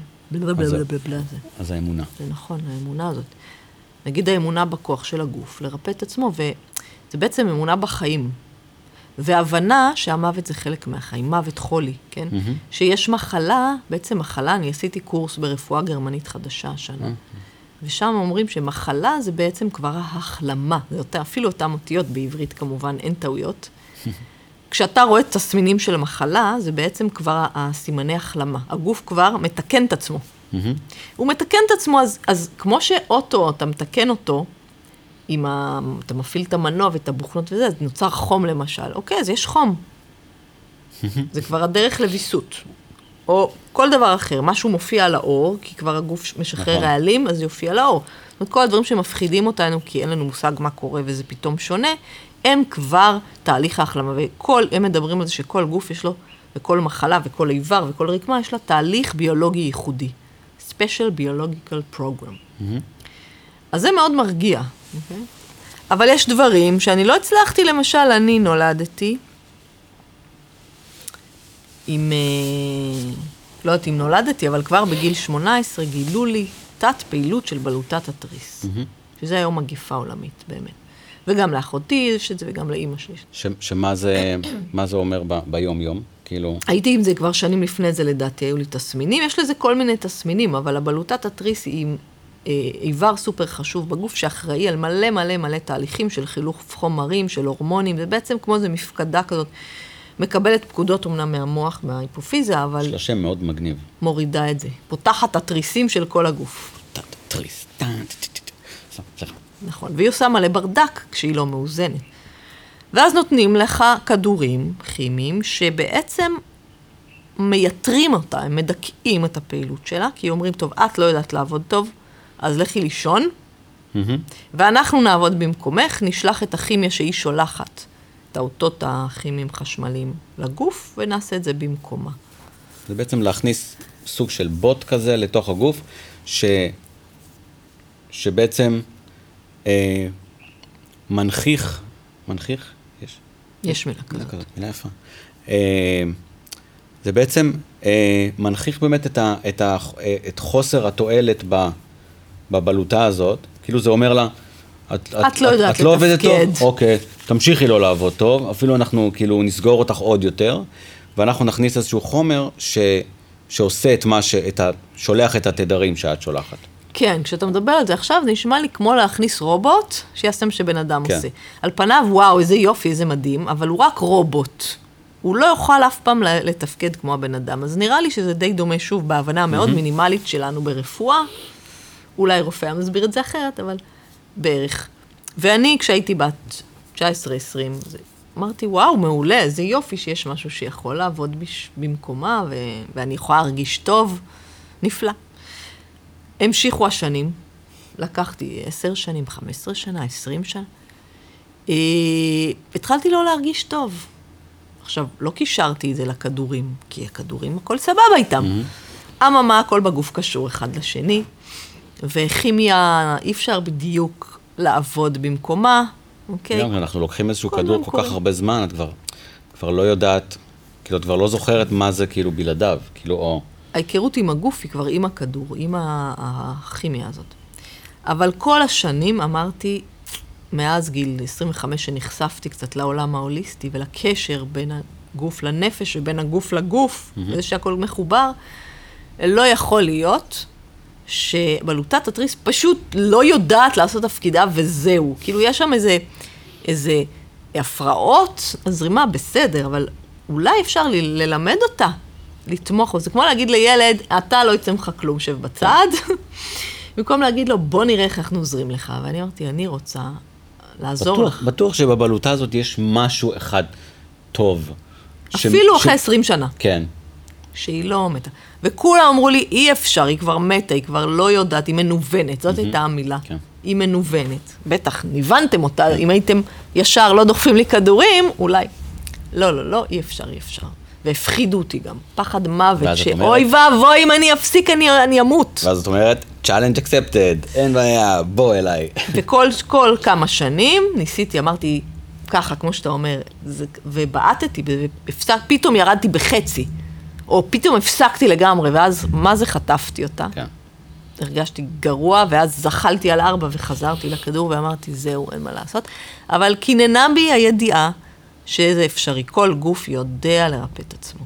אז האמונה. זה נכון, האמונה הזאת. נגיד האמונה בכוח של הגוף, לרפא את עצמו, וזה בעצם אמונה בחיים. והבנה שהמוות זה חלק מהחיים, מוות חולי, כן? שיש מחלה, בעצם מחלה, אני עשיתי קורס ברפואה גרמנית חדשה השנה, ושם אומרים שמחלה זה בעצם כבר ההחלמה, זה אפילו אותם אותיות בעברית כמובן, אין טעויות. כשאתה רואה את תסמינים של המחלה, זה בעצם כבר הסימני החלמה. הגוף כבר מתקן את עצמו. הוא מתקן את עצמו, אז כמו שאוטו, אתה מתקן אותו, אתה מפעיל את המנוע ואת הבוכנות וזה, אז נוצר חום למשל. אוקיי, אז יש חום. זה כבר הדרך לביסות. או כל דבר אחר, משהו מופיע על האור, כי כבר הגוף משחרר רעלים, אז זה יופיע על האור. זאת אומרת, כל הדברים שמפחידים אותנו, כי אין לנו מושג מה קורה וזה פתאום שונה, הם כבר תהליך ההחלמה, הם מדברים על זה שכל גוף יש לו, וכל מחלה וכל איבר וכל רקמה, יש לה תהליך ביולוגי ייחודי. Special Biological Program. אז זה מאוד מרגיע. אבל יש דברים שאני לא הצלחתי, למשל, אני נולדתי עם, לא יודעת אם נולדתי, אבל כבר בגיל 18 גילו לי תת פעילות של בלוטת התריס. שזה היום מגיפה עולמית, באמת. וגם לאחותי יש את זה, וגם לאמא שלי. שמה זה אומר ביום יום? כאילו... הייתי עם זה כבר שנים לפני זה, לדעתי, היו לי תסמינים. יש לזה כל מיני תסמינים, אבל הבלוטת התריס היא איבר סופר חשוב בגוף, שאחראי על מלא מלא מלא תהליכים של חילוף חומרים, של הורמונים, ובעצם כמו זה מפקדה כזאת, מקבלת פקודות אומנם מהמוח, מההיפופיזה, אבל... יש לה שם מאוד מגניב. מורידה את זה. פותחת התריסים של כל הגוף. תריס. נכון, והיא עושה מלא ברדק כשהיא לא מאוזנת. ואז נותנים לך כדורים כימיים שבעצם מייתרים אותה, הם מדכאים את הפעילות שלה, כי אומרים, טוב, את לא יודעת לעבוד טוב, אז לכי לישון, ואנחנו נעבוד במקומך, נשלח את הכימיה שהיא שולחת, את האותות הכימיים חשמליים לגוף, ונעשה את זה במקומה. זה בעצם להכניס סוג של בוט כזה לתוך הגוף, שבעצם מנחיך, יש? יש מילה כזאת. מילה יפה. זה בעצם מנחיך באמת את חוסר התועלת בבלוטה הזאת. כאילו זה אומר לה, את לא יודעת לתפקד. אוקיי, תמשיכי לא לעבוד טוב, אפילו אנחנו כאילו נסגור אותך עוד יותר, ואנחנו נכניס איזשהו חומר שעושה שולח את התדרים שאת שולחת. כן, כשאתה מדבר על זה עכשיו, זה נשמע לי כמו להכניס רובוט, שיעשה מה שבן אדם עושה. על פניו, וואו, איזה יופי, איזה מדהים, אבל הוא רק רובוט. הוא לא יוכל אף פעם לתפקד כמו הבן אדם. אז נראה לי שזה די דומה, שוב, בהבנה המאוד מינימלית שלנו ברפואה. אולי רופא מסביר את זה אחרת, אבל בערך. ואני, כשהייתי בת 19-20, אמרתי, וואו, מעולה, איזה יופי שיש משהו שיכול לעבוד במקומה, ואני יכולה להרגיש טוב, נפלא. המשיכו השנים, לקחתי 10 שנים, 15 שנה, 20 שנה. התחלתי לא להרגיש טוב. עכשיו, לא קישרתי את זה לכדורים, כי הכדורים, הכל סבבה איתם. אממה, הכל בגוף קשור אחד לשני, וכימיה אי אפשר בדיוק לעבוד במקומה, אוקיי? אנחנו לוקחים איזשהו כדור כל כך הרבה זמן, את כבר לא יודעת, כאילו, את כבר לא זוכרת מה זה כאילו בלעדיו, כאילו, או... ההיכרות עם הגוף היא כבר עם הכדור, עם הכימיה הזאת. אבל כל השנים אמרתי, מאז גיל 25 שנחשפתי קצת לעולם ההוליסטי ולקשר בין הגוף לנפש ובין הגוף לגוף, וזה שהכל מחובר, לא יכול להיות שבלוטת התריס פשוט לא יודעת לעשות תפקידה וזהו. כאילו יש שם איזה הפרעות, הזרימה בסדר, אבל אולי אפשר ללמד אותה, לתמוך. זה כמו להגיד לילד, אתה לא יצא ממך כלום, שב בצד. במקום להגיד לו, בוא נראה איך אנחנו עוזרים לך. ואני אמרתי, אני רוצה לעזור לך. בטוח שבבלוטה הזאת יש משהו אחד טוב. אפילו אחרי 20 שנה. כן. שהיא לא מתה. וכולם אמרו לי, אי אפשר, היא כבר מתה, היא כבר לא יודעת, היא מנוונת. זאת הייתה המילה. כן. היא מנוונת. בטח, ניוונתם אותה. אם הייתם ישר לא דוחפים לי כדורים, אולי. לא, אי אפשר. והפחידו אותי גם. פחד מוות, שאוי ואבוי, אם אני אפסיק, אני אמות. ואז את אומרת, challenge accepted, אין בעיה, בוא אליי. וכל כמה שנים ניסיתי, אמרתי ככה, כמו שאתה אומר, ובעטתי, פתאום ירדתי בחצי, או פתאום הפסקתי לגמרי, ואז מה זה חטפתי אותה? כן. הרגשתי גרוע, ואז זחלתי על 4 וחזרתי לכדור, ואמרתי, זהו, אין מה לעשות. אבל כיננה בי הידיעה, שזה אפשרי, כל גוף יודע לרפא את עצמו.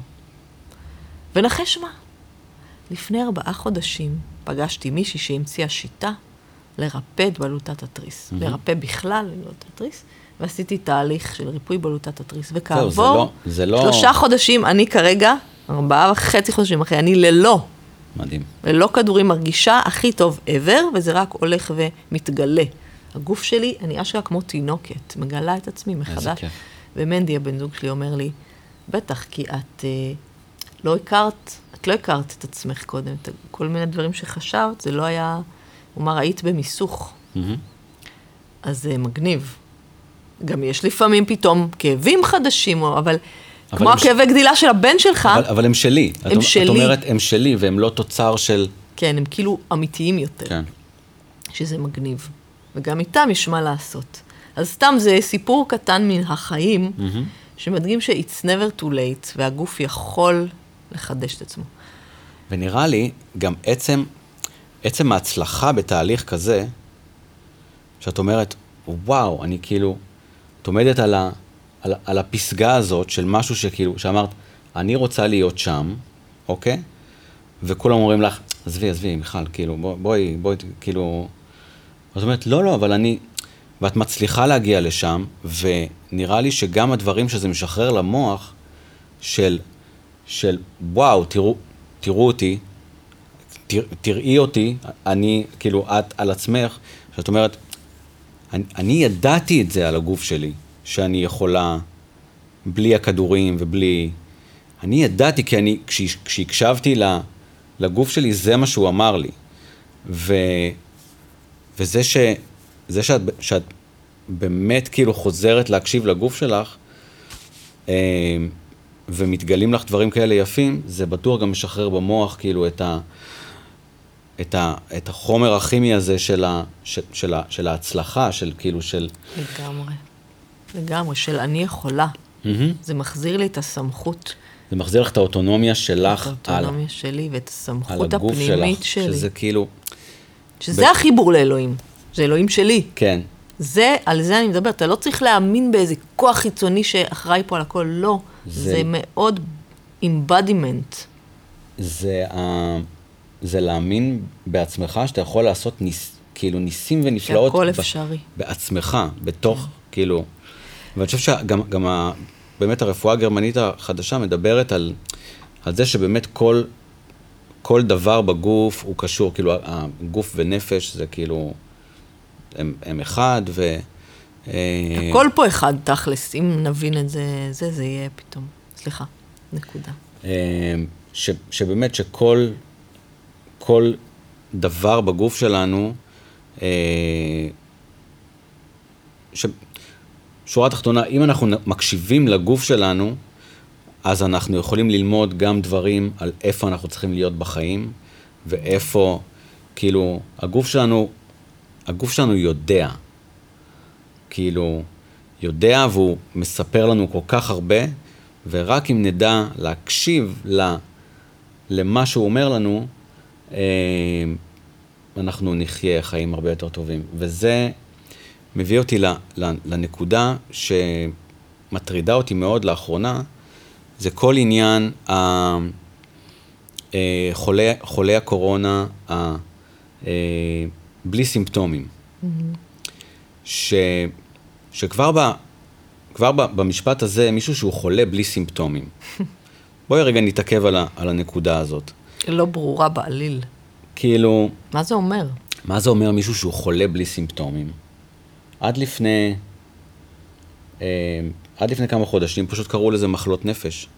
ונחש מה? לפני 4 חודשים פגשתי מישהי שהמציאה שיטה לרפא את בלוטת התריס. לרפא בכלל בלוטת התריס, ועשיתי תהליך של ריפוי בלוטת התריס. וכעבור 3 חודשים, אני כרגע, 4.5 חודשים אחרי, אני ללא. מדהים. ללא כדורים מרגישה הכי טוב ever, וזה רק הולך ומתגלה. הגוף שלי, אני אשכרה כמו תינוקת, מגלה את עצמי מחדש. ומנדי, הבן זוג שלי, אומר לי, בטח, כי את לא הכרת את עצמך קודם, כל מיני דברים שחשבת, זה לא היה, הוא אמר, היית במיסוך. אז זה מגניב. גם יש לפעמים פתאום כאבים חדשים, אבל כמו הכאבי גדילה של הבן שלך. אבל הם שלי. הם שלי. את אומרת, הם שלי, והם לא תוצר של... כן, הם כאילו אמיתיים יותר. כן. שזה מגניב. וגם איתם יש מה לעשות. אז סתם זה סיפור קטן מן החיים, שמדגים ש-it's never too late, והגוף יכול לחדש את עצמו. ונראה לי, גם עצם ההצלחה בתהליך כזה, שאת אומרת, וואו, אני כאילו, את עומדת על הפסגה הזאת של משהו שכאילו, שאמרת, אני רוצה להיות שם, אוקיי? וכולם אומרים לך, עזבי, מיכל, כאילו, בואי, כאילו, זאת אומרת, לא, אבל אני... ואת מצליחה להגיע לשם, ונראה לי שגם הדברים שזה משחרר למוח, של וואו, תראו אותי, תראי אותי, אני, כאילו, את על עצמך, שאת אומרת, אני ידעתי את זה על הגוף שלי, שאני יכולה, בלי הכדורים ובלי... אני ידעתי, כי אני, כשהקשבתי לגוף שלי, זה מה שהוא אמר לי. וזה שאת באמת כאילו חוזרת להקשיב לגוף שלך, ומתגלים לך דברים כאלה יפים, זה בטוח גם משחרר במוח כאילו את החומר הכימי הזה של ההצלחה, של כאילו של... לגמרי, של אני יכולה. זה מחזיר לי את הסמכות. זה מחזיר לך את האוטונומיה שלך. את האוטונומיה שלי ואת הסמכות הפנימית שלי. שזה כאילו... שזה החיבור לאלוהים. זה אלוהים שלי. כן. על זה אני מדבר. אתה לא צריך להאמין באיזה כוח חיצוני שאחראי פה על הכל. לא. זה מאוד embodiment. זה להאמין בעצמך שאתה יכול לעשות כאילו ניסים ונפלאות. שהכל אפשרי. בעצמך, בתוך, כאילו. ואני חושב שגם באמת הרפואה הגרמנית החדשה מדברת על זה שבאמת כל דבר בגוף הוא קשור, כאילו הגוף ונפש זה כאילו הם אחד הכל פה אחד תכלס, אם נבין את זה, זה יהיה פתאום. סליחה, נקודה. שבאמת שכל דבר בגוף שלנו, שורה תחתונה, אם אנחנו מקשיבים לגוף שלנו, אז אנחנו יכולים ללמוד גם דברים על איפה אנחנו צריכים להיות בחיים, ואיפה, כאילו, הגוף שלנו יודע. כאילו יודע והוא מספר לנו כל כך הרבה, ורק אם נדע להקשיב למה שהוא אומר לנו, אנחנו נחיה חיים הרבה יותר טובים. וזה מביא אותי לנקודה שמטרידה אותי מאוד לאחרונה, זה כל עניין חולי הקורונה בלי סימפטומים. שכבר במשפט הזה, מישהו שהוא חולה בלי סימפטומים. בואי רגע נתעכב על הנקודה הזאת. לא ברורה בעליל. כאילו... מה זה אומר? מה זה אומר מישהו שהוא חולה בלי סימפטומים? עד לפני כמה חודשים פשוט קראו לזה מחלות נפש.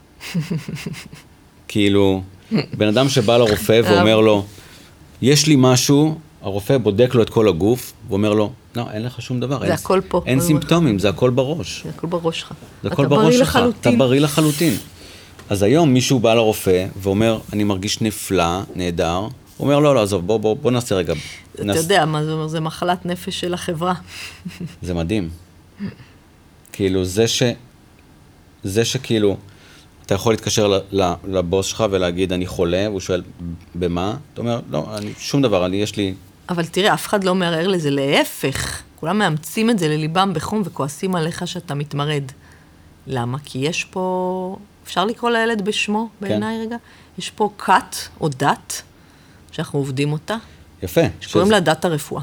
כאילו, בן אדם שבא לרופא ואומר לו, יש לי משהו, הרופא בודק לו את כל הגוף, ואומר לו, לא, אין לך שום דבר. זה הכל פה. אין סימפטומים, זה הכל בראש. זה הכל בראש שלך. זה הכל בראש שלך, אתה בריא לחלוטין. אז היום מישהו בא לרופא ואומר, אני מרגיש נפלא, נהדר, הוא אומר, לא, עזוב, בוא נעשה רגע. אתה יודע מה זה אומר, זה מחלת נפש של החברה. זה מדהים. כאילו, זה שכאילו, אתה יכול להתקשר לבוס שלך ולהגיד, אני חולה, והוא שואל, במה? אתה אומר, לא, שום דבר, יש לי... אבל תראה, אף אחד לא מערער לזה, להפך. כולם מאמצים את זה לליבם בחום וכועסים עליך שאתה מתמרד. למה? כי יש פה... אפשר לקרוא לילד בשמו בעיניי רגע? יש פה כת או דת, שאנחנו עובדים אותה. יפה. שקוראים לה דת הרפואה.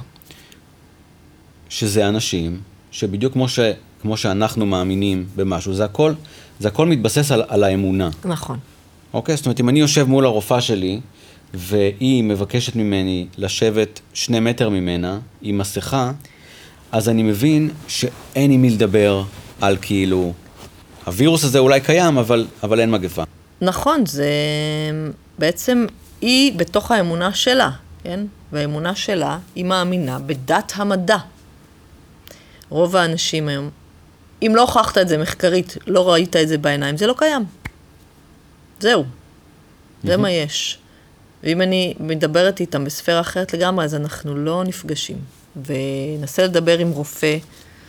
שזה אנשים שבדיוק כמו שאנחנו מאמינים במשהו, זה הכל מתבסס על האמונה. נכון. אוקיי? זאת אומרת, אם אני יושב מול הרופאה שלי, והיא מבקשת ממני לשבת 2 מטר ממנה, עם מסכה, אז אני מבין שאין עם מי לדבר על כאילו, הווירוס הזה אולי קיים, אבל אין מגפה. נכון, זה בעצם היא בתוך האמונה שלה, כן? והאמונה שלה היא מאמינה בדת המדע. רוב האנשים היום, אם לא הוכחת את זה מחקרית, לא ראית את זה בעיניים, זה לא קיים. זהו. זה מה יש. ואם אני מדברת איתם בספירה אחרת לגמרי, אז אנחנו לא נפגשים. ונסה לדבר עם רופא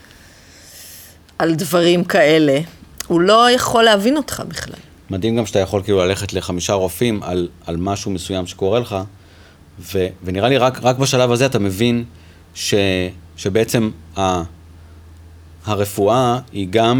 על דברים כאלה, הוא לא יכול להבין אותך בכלל. מדהים גם שאתה יכול כאילו ללכת ל5 רופאים על משהו מסוים שקורה לך, ונראה לי רק בשלב הזה אתה מבין שבעצם הרפואה היא גם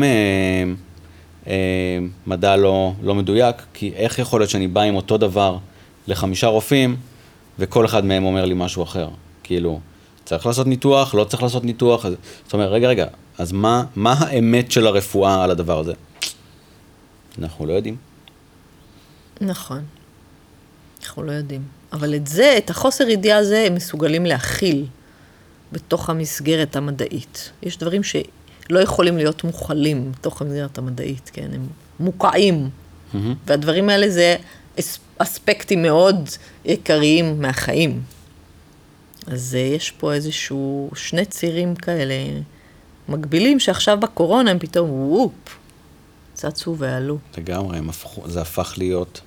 מדע לא מדויק, כי איך יכול להיות שאני בא עם אותו דבר ל5 רופאים, וכל אחד מהם אומר לי משהו אחר. כאילו, צריך לעשות ניתוח, לא צריך לעשות ניתוח. זאת אומרת, רגע, אז מה האמת של הרפואה על הדבר הזה? אנחנו לא יודעים. נכון. אנחנו לא יודעים. אבל את החוסר ידיעה הזה, הם מסוגלים להכיל בתוך המסגרת המדעית. יש דברים שלא יכולים להיות מוכלים בתוך המסגרת המדעית, כן? הם מוקעים. והדברים האלה זה אספקטים מאוד יקריים מהחיים. אז יש פה איזשהו 2 צירים כאלה מקבילים, שעכשיו בקורונה הם פתאום, וופ, צצו ועלו. לגמרי, זה הפך להיות...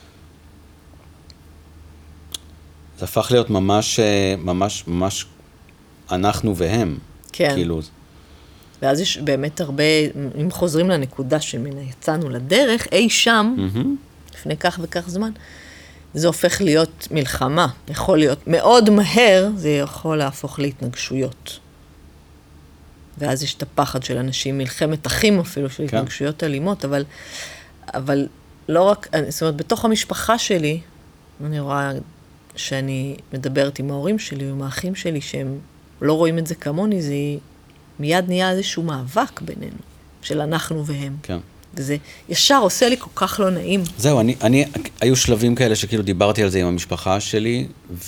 זה הפך להיות ממש אנחנו והם. כן. כאילו... ואז יש באמת הרבה, אם חוזרים לנקודה שמנה יצאנו לדרך, אי שם, לפני כך וכך זמן, זה הופך להיות מלחמה. יכול להיות מאוד מהר, זה יכול להפוך להתנגשויות. ואז יש את הפחד של אנשים, מלחמת אחים אפילו, של התנגשויות אלימות, אבל לא רק, זאת אומרת, בתוך המשפחה שלי, אני רואה שאני מדברת עם ההורים שלי, עם האחים שלי, שהם לא רואים את זה כמוני, זה מיד נהיה איזשהו מאבק בינינו, של אנחנו והם. כן. וזה ישר עושה לי כל כך לא נעים. זהו, היו שלבים כאלה שכאילו דיברתי על זה עם המשפחה שלי,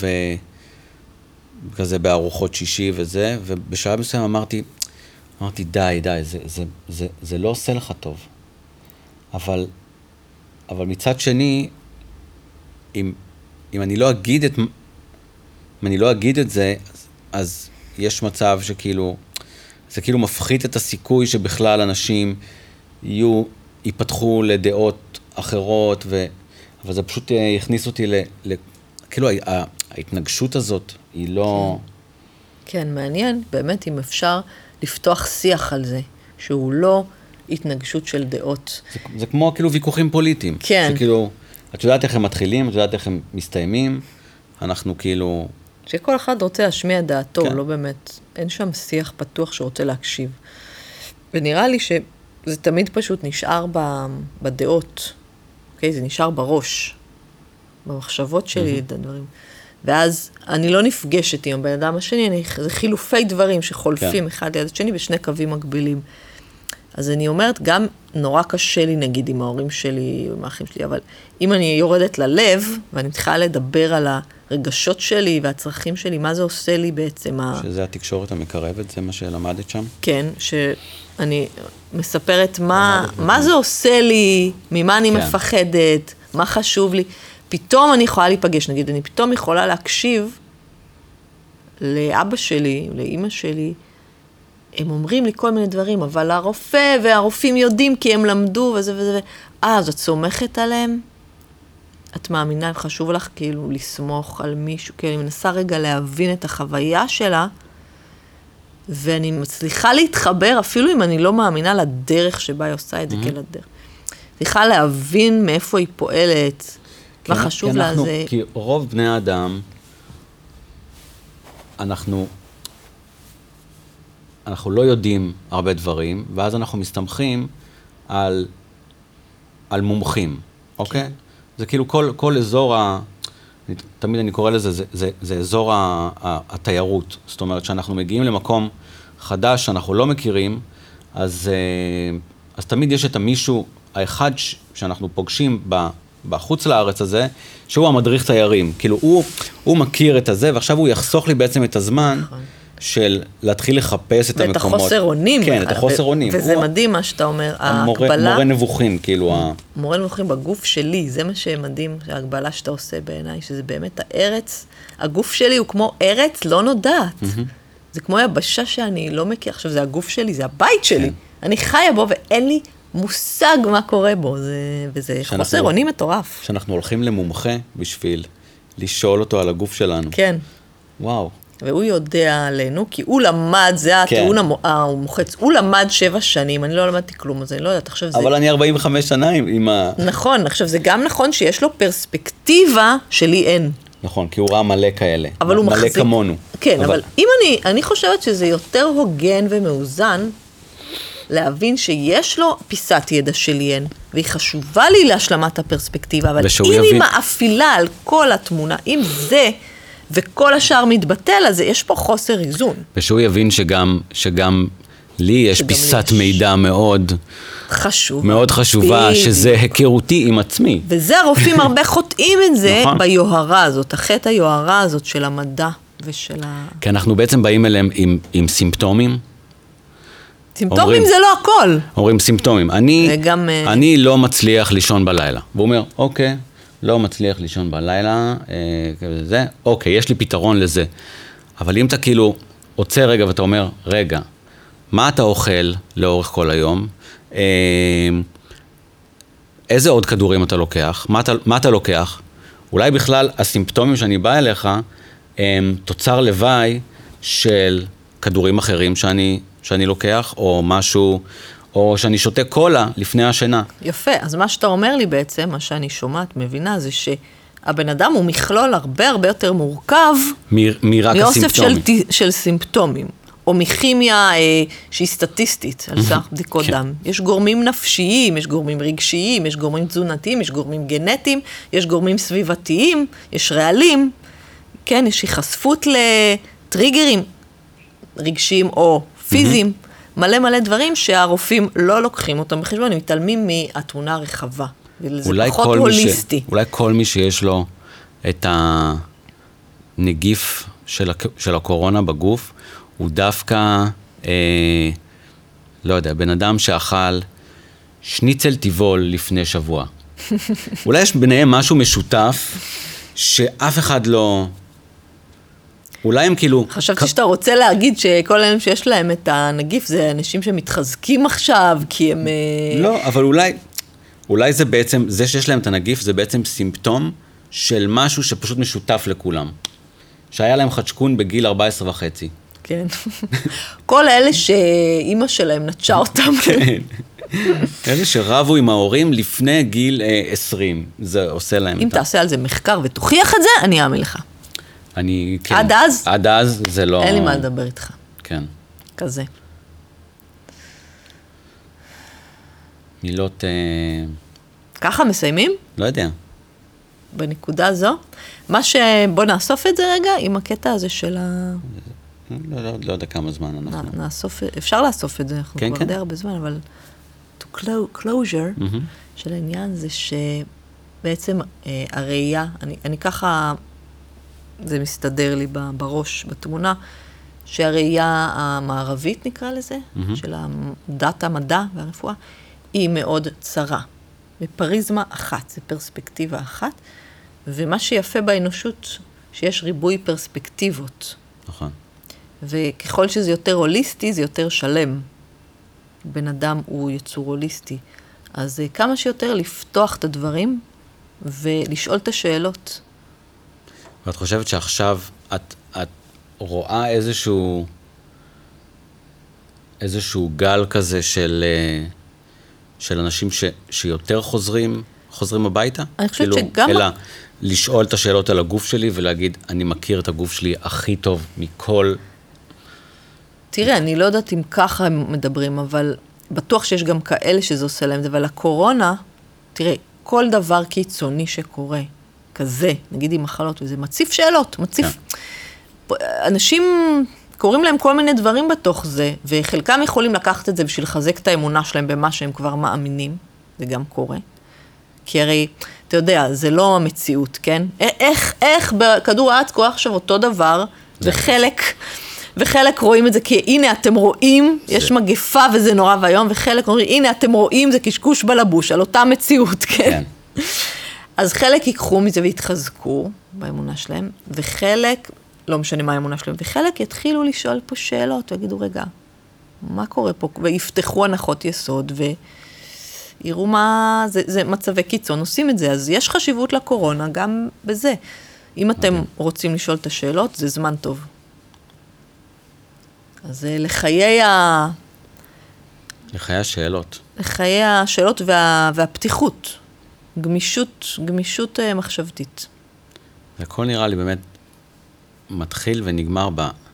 וכזה בארוחות שישי וזה, ובשלב מסוים אמרתי, די, זה לא עושה לך טוב. אבל מצד שני, אם אני לא אגיד את זה, אז יש מצב שכאילו, זה כאילו מפחית את הסיכוי שבכלל אנשים ייפתחו לדעות אחרות, אבל זה פשוט יכניס אותי כאילו ההתנגשות הזאת היא לא... כן, מעניין, באמת אם אפשר לפתוח שיח על זה, שהוא לא התנגשות של דעות. זה כמו כאילו ויכוחים פוליטיים. כן. שכאילו, את יודעת איך הם מתחילים, את יודעת איך הם מסתיימים, אנחנו כאילו... שכל אחד רוצה להשמיע דעתו, כן. לא באמת, אין שם שיח פתוח שרוצה להקשיב. ונראה לי שזה תמיד פשוט נשאר בדעות, אוקיי? זה נשאר בראש, במחשבות שלי, את הדברים. ואז אני לא נפגשת עם הבן אדם השני, זה חילופי דברים שחולפים אחד ליד השני בשני קווים מקבילים. אז אני אומרת, גם נורא קשה לי, נגיד, עם ההורים שלי, עם האחים שלי, אבל אם אני יורדת ללב, ואני מתחילה לדבר על הרגשות שלי והצרכים שלי, מה זה עושה לי בעצם? שזה התקשורת המקרבת, זה מה שלמדת שם? כן, שאני מספרת מה זה עושה לי, ממה אני מפחדת, מה חשוב לי. פתאום אני יכולה להיפגש, נגיד, אני פתאום יכולה להקשיב לאבא שלי, לאמא שלי, הם אומרים לי כל מיני דברים, אבל הרופא והרופאים יודעים כי הם למדו וזה וזה. אז את סומכת עליהם? את מאמינה, חשוב לך כאילו לסמוך על מישהו, כי אני מנסה רגע להבין את החוויה שלה, ואני מצליחה להתחבר, אפילו אם אני לא מאמינה לדרך שבה היא עושה את זה, כן לדרך. צריכה להבין מאיפה היא פועלת, מה חשוב לה זה. כי רוב בני האדם, אנחנו לא יודעים הרבה דברים, ואז אנחנו מסתמכים על מומחים, אוקיי? זה כאילו כל אזור, תמיד אני קורא לזה, זה אזור התיירות. זאת אומרת, שאנחנו מגיעים למקום חדש שאנחנו לא מכירים, אז תמיד יש את המישהו האחד שאנחנו פוגשים בחוץ לארץ הזה, שהוא המדריך תיירים. כאילו, הוא מכיר את הזה, ועכשיו הוא יחסוך לי בעצם את הזמן, של להתחיל לחפש את המקומות. ואת החוסר אונים. כן, את החוסר אונים. וזה מדהים מה שאתה אומר, ההקבלה... מורה נבוכים, כאילו. מורה נבוכים בגוף שלי, זה מה שמדהים, ההקבלה שאתה עושה בעיניי, שזה באמת הארץ, הגוף שלי הוא כמו ארץ לא נודעת. זה כמו יבשה שאני לא מכיר, עכשיו זה הגוף שלי, זה הבית שלי. אני חיה בו ואין לי מושג מה קורה בו, וזה חוסר אונים מטורף. שאנחנו הולכים למומחה בשביל לשאול אותו על הגוף שלנו. כן. וואו. והוא יודע עלינו, כי הוא למד, זה הטיעון המוחץ, הוא למד 7 שנים, אני לא למדתי כלום, אז אני לא יודעת, עכשיו זה... אבל אני 45 שנה עם ה... נכון, עכשיו זה גם נכון שיש לו פרספקטיבה שלי אין. נכון, כי הוא ראה מלא כאלה, אבל הוא מלא כמונו. כן, אבל אם אני חושבת שזה יותר הוגן ומאוזן, להבין שיש לו פיסת ידע שלי אין, והיא חשובה לי להשלמת הפרספקטיבה, אבל אם היא מאפילה על כל התמונה, אם זה... וכל השאר מתבטל, אז יש פה חוסר איזון. ושהוא יבין שגם לי יש פיסת מידע מאוד חשוב. מאוד חשובה, שזה היכרותי עם עצמי. וזה הרופאים הרבה חוטאים את זה ביוהרה הזאת, החטא היוהרה הזאת של המדע ושל כי אנחנו בעצם באים אליהם עם סימפטומים. סימפטומים זה לא הכל. אומרים סימפטומים. אני לא מצליח לישון בלילה. והוא אומר, אוקיי. לא מצליח לישון בלילה, כזה, אוקיי, יש לי פתרון לזה. אבל אם אתה כאילו עוצר רגע ואתה אומר, רגע, מה אתה אוכל לאורך כל היום? איזה עוד כדורים אתה לוקח? מה אתה לוקח? אולי בכלל הסימפטומים שאני בא אליך, הם תוצר לוואי של כדורים אחרים שאני לוקח, או משהו... או שאני שותה קולה לפני השינה. יפה, אז מה שאתה אומר לי בעצם, מה שאני שומעת, מבינה, זה שהבן אדם הוא מכלול הרבה יותר מורכב, מרק הסימפטומים. מאוסף של סימפטומים, או מכימיה שהיא סטטיסטית, על סך בדיקות דם. יש גורמים נפשיים, יש גורמים רגשיים, יש גורמים תזונתיים, יש גורמים גנטיים, יש גורמים סביבתיים, יש רעלים, כן, יש היחשפות לטריגרים רגשיים או פיזיים, מלא דברים שהרופאים לא לוקחים אותם בחשבון, הם מתעלמים מהתמונה הרחבה. זה פחות הוליסטי. אולי כל מי שיש לו את הנגיף של הקורונה בגוף, הוא דווקא, לא יודע, בן אדם שאכל שניצל טבעול לפני שבוע. אולי יש ביניהם משהו משותף, שאף אחד לא... אולי הם כאילו... חשבתי שאתה רוצה להגיד שכל אלה שיש להם את הנגיף, זה אנשים שמתחזקים עכשיו, כי הם... לא, אבל אולי זה בעצם, זה שיש להם את הנגיף, זה בעצם סימפטום של משהו שפשוט משותף לכולם. שהיה להם חדשקון בגיל 14.5. כן. כל אלה שאימא שלהם נטשה אותם. כן. אלה שרבו עם ההורים לפני גיל 20, זה עושה להם אם תעשה על זה מחקר ותוכיח את זה, אני אאמין לך. אני, כן. עד אז? עד אז זה לא... אין לי מה לדבר איתך. כן. כזה. מילות... ככה מסיימים? לא יודע. בנקודה זו. בוא נאסוף את זה רגע עם הקטע הזה של ה... לא יודע כמה זמן אנחנו... נאסוף, אפשר לאסוף את זה, אנחנו כבר די הרבה זמן, אבל to closure של העניין זה שבעצם הראייה, אני ככה, זה מסתדר לי בראש, בתמונה, שהראייה המערבית נקרא לזה, של הדת המדע והרפואה, היא מאוד צרה. בפריזמה אחת, זה פרספקטיבה אחת, ומה שיפה באנושות, שיש ריבוי פרספקטיבות. נכון. וככל שזה יותר הוליסטי, זה יותר שלם. בן אדם הוא יצור הוליסטי. אז כמה שיותר לפתוח את הדברים, ולשאול את השאלות. ואת חושבת שעכשיו את רואה איזשהו גל כזה של אנשים שיותר חוזרים הביתה? אני חושבת שגם... אלא לשאול את השאלות על הגוף שלי ולהגיד, אני מכיר את הגוף שלי הכי טוב מכל... תראה, אני לא יודעת אם ככה הם מדברים, אבל בטוח שיש גם כאלה שזה עושה להם, אבל הקורונה, תראה, כל דבר קיצוני שקורה, כזה, נגיד עם מחלות, וזה מציף שאלות, מציף... אנשים... קוראים להם כל מיני דברים בתוך זה, וחלקם יכולים לקחת את זה בשביל לחזק את האמונה שלהם במה שהם כבר מאמינים, זה גם קורה. כי הרי, אתה יודע, זה לא המציאות, כן? איך בכדור הארץ קורה עכשיו אותו דבר, וחלק רואים את זה, כי הנה אתם רואים, יש מגפה וזה נורא והיום, וחלק אומרים, הנה אתם רואים, זה קשקוש בלבוש, על אותה מציאות, כן? אז חלק ייקחו מזה והתחזקו באמונה שלהם, וחלק... לא משנה מה האמונה שלהם, וחלק יתחילו לשאול פה שאלות, ויגידו, רגע, מה קורה פה? ויפתחו הנחות יסוד, ויראו מה, זה מצבי קיצון, עושים את זה, אז יש חשיבות לקורונה גם בזה. אם אתם רוצים לשאול את השאלות, זה זמן טוב. אז לחיי השאלות. לחיי השאלות והפתיחות, גמישות מחשבתית. והכל נראה לי באמת, מתחיל ונגמר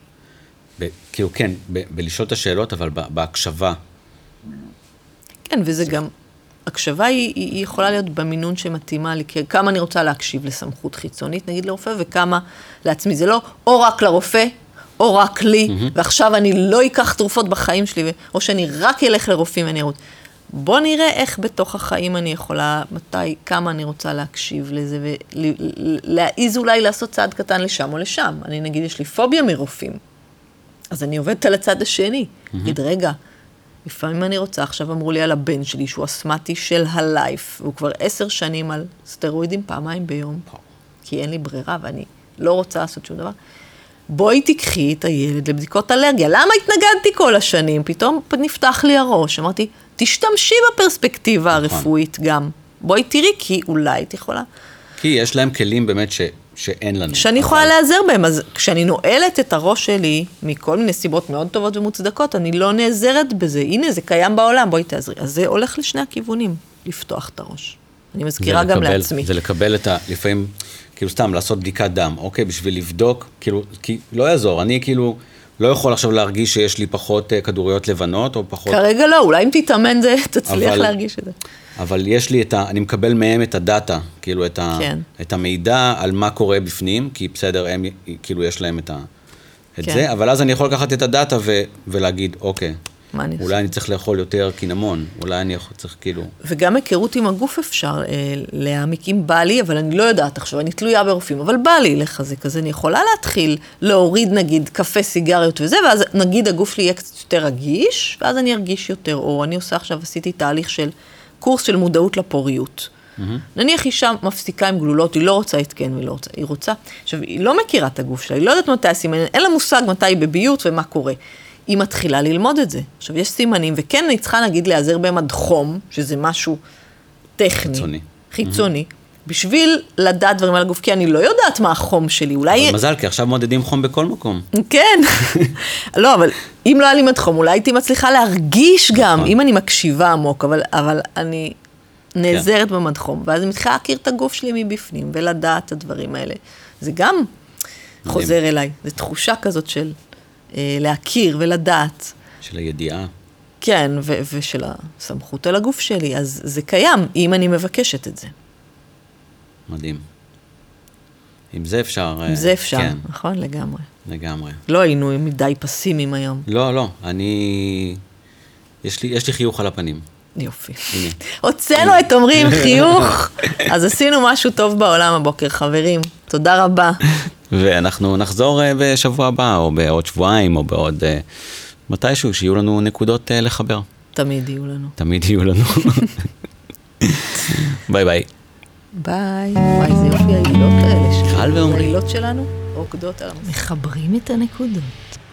כאילו כן, בלשאול את השאלות, אבל בהקשבה. כן, וזה גם, הקשבה היא יכולה להיות במינון שמתאימה לי, כמה אני רוצה להקשיב לסמכות חיצונית, נגיד לרופא, וכמה לעצמי. זה לא או רק לרופא, או רק לי, ועכשיו אני לא אקח תרופות בחיים שלי, או שאני רק אלך לרופאים ואני ארוץ. בוא נראה איך בתוך החיים אני יכולה, כמה אני רוצה להקשיב לזה, ולהעיז אולי לעשות צעד קטן לשם או לשם. אני נגיד, יש לי פוביה מרופאים, אז אני עובדת על הצד השני. נגיד, רגע, לפעמים אני רוצה, עכשיו אמרו לי על הבן שלי, שהוא אסמטי של הלייף, והוא כבר 10 שנים על סטרואידים פעמיים ביום, כי אין לי ברירה ואני לא רוצה לעשות שום דבר. בואי תקחי את הילד לבדיקות אלרגיה. למה התנגדתי כל השנים? פתאום נפתח לי הראש. אמרתי, תשתמשי בפרספקטיבה הרפואית גם. בואי תראי, כי אולי את יכולה. כי יש להם כלים באמת שאין לנו. שאני יכולה להיעזר בהם. אז כשאני נועלת את הראש שלי, מכל מיני סיבות מאוד טובות ומוצדקות, אני לא נעזרת בזה. הנה, זה קיים בעולם, בואי תעזרי. אז זה הולך לשני הכיוונים, לפתוח את הראש. אני מזכירה גם לעצמי. זה לקבל לפעמים... כאילו סתם, לעשות בדיקת דם, אוקיי, בשביל לבדוק, כאילו, כי לא יעזור, אני כאילו לא יכול עכשיו להרגיש שיש לי פחות כדוריות לבנות, או פחות... כרגע לא, אולי אם תתאמן זה, תצליח להרגיש את זה. אבל יש לי אני מקבל מהם את הדאטה, כאילו את המידע על מה קורה בפנים, כי בסדר, הם, כאילו יש להם את זה, אבל אז אני יכול לקחת את הדאטה ולהגיד, אוקיי, אולי אני צריך לאכול יותר קינמון, אולי אני צריך כאילו... וגם היכרות עם הגוף אפשר להעמיק אם בא לי, אבל אני לא יודעת עכשיו, אני תלויה ברופאים, אבל בא לי לחזק, אז אני יכולה להתחיל להוריד נגיד קפה, סיגריות וזה, ואז נגיד הגוף שלי יהיה קצת יותר רגיש, ואז אני ארגיש יותר, או אני עושה עכשיו, עשיתי תהליך של קורס של מודעות לפוריות. נניח אישה מפסיקה עם גלולות, היא לא רוצה התקן והיא לא רוצה, היא רוצה, עכשיו היא לא מכירה את הגוף שלה, היא לא יודעת מתי הסימן, אין לה מושג מתי היא בביות ומה קורה. היא מתחילה ללמוד את זה. עכשיו, יש סימנים, וכן אני צריכה נגיד להיעזר בהם עד חום, שזה משהו טכני, חיצוני, בשביל לדעת דברים על הגוף, כי אני לא יודעת מה החום שלי, אולי... מזל, כי עכשיו מודדים חום בכל מקום. כן. לא, אבל אם לא היה לי מד חום, אולי הייתי מצליחה להרגיש גם, אם אני מקשיבה עמוק, אבל אני נעזרת במד חום, ואז אני מתחילה להכיר את הגוף שלי מבפנים, ולדעת את הדברים האלה. זה גם חוזר אליי, זו תחושה כזאת של להכיר ולדעת. של הידיעה. כן, ושל הסמכות על הגוף שלי, אז זה קיים, אם אני מבקשת את זה. מדהים. עם זה אפשר... עם זה אפשר, כן. נכון? לגמרי. לגמרי. לא היינו מדי פסימיים היום. לא, יש לי חיוך על הפנים. יופי. הנה. הוצאנו את עומרי עם חיוך, אז עשינו משהו טוב בעולם הבוקר, חברים. תודה רבה. ואנחנו נחזור בשבוע הבא, או בעוד שבועיים, או בעוד... מתישהו, שיהיו לנו נקודות לחבר. תמיד יהיו לנו. תמיד יהיו לנו. ביי ביי. ביי. וואי, זה יופי העילות האלה. חל ועומרי. העילות שלנו רוקדות על המסך. מחברים את הנקודות.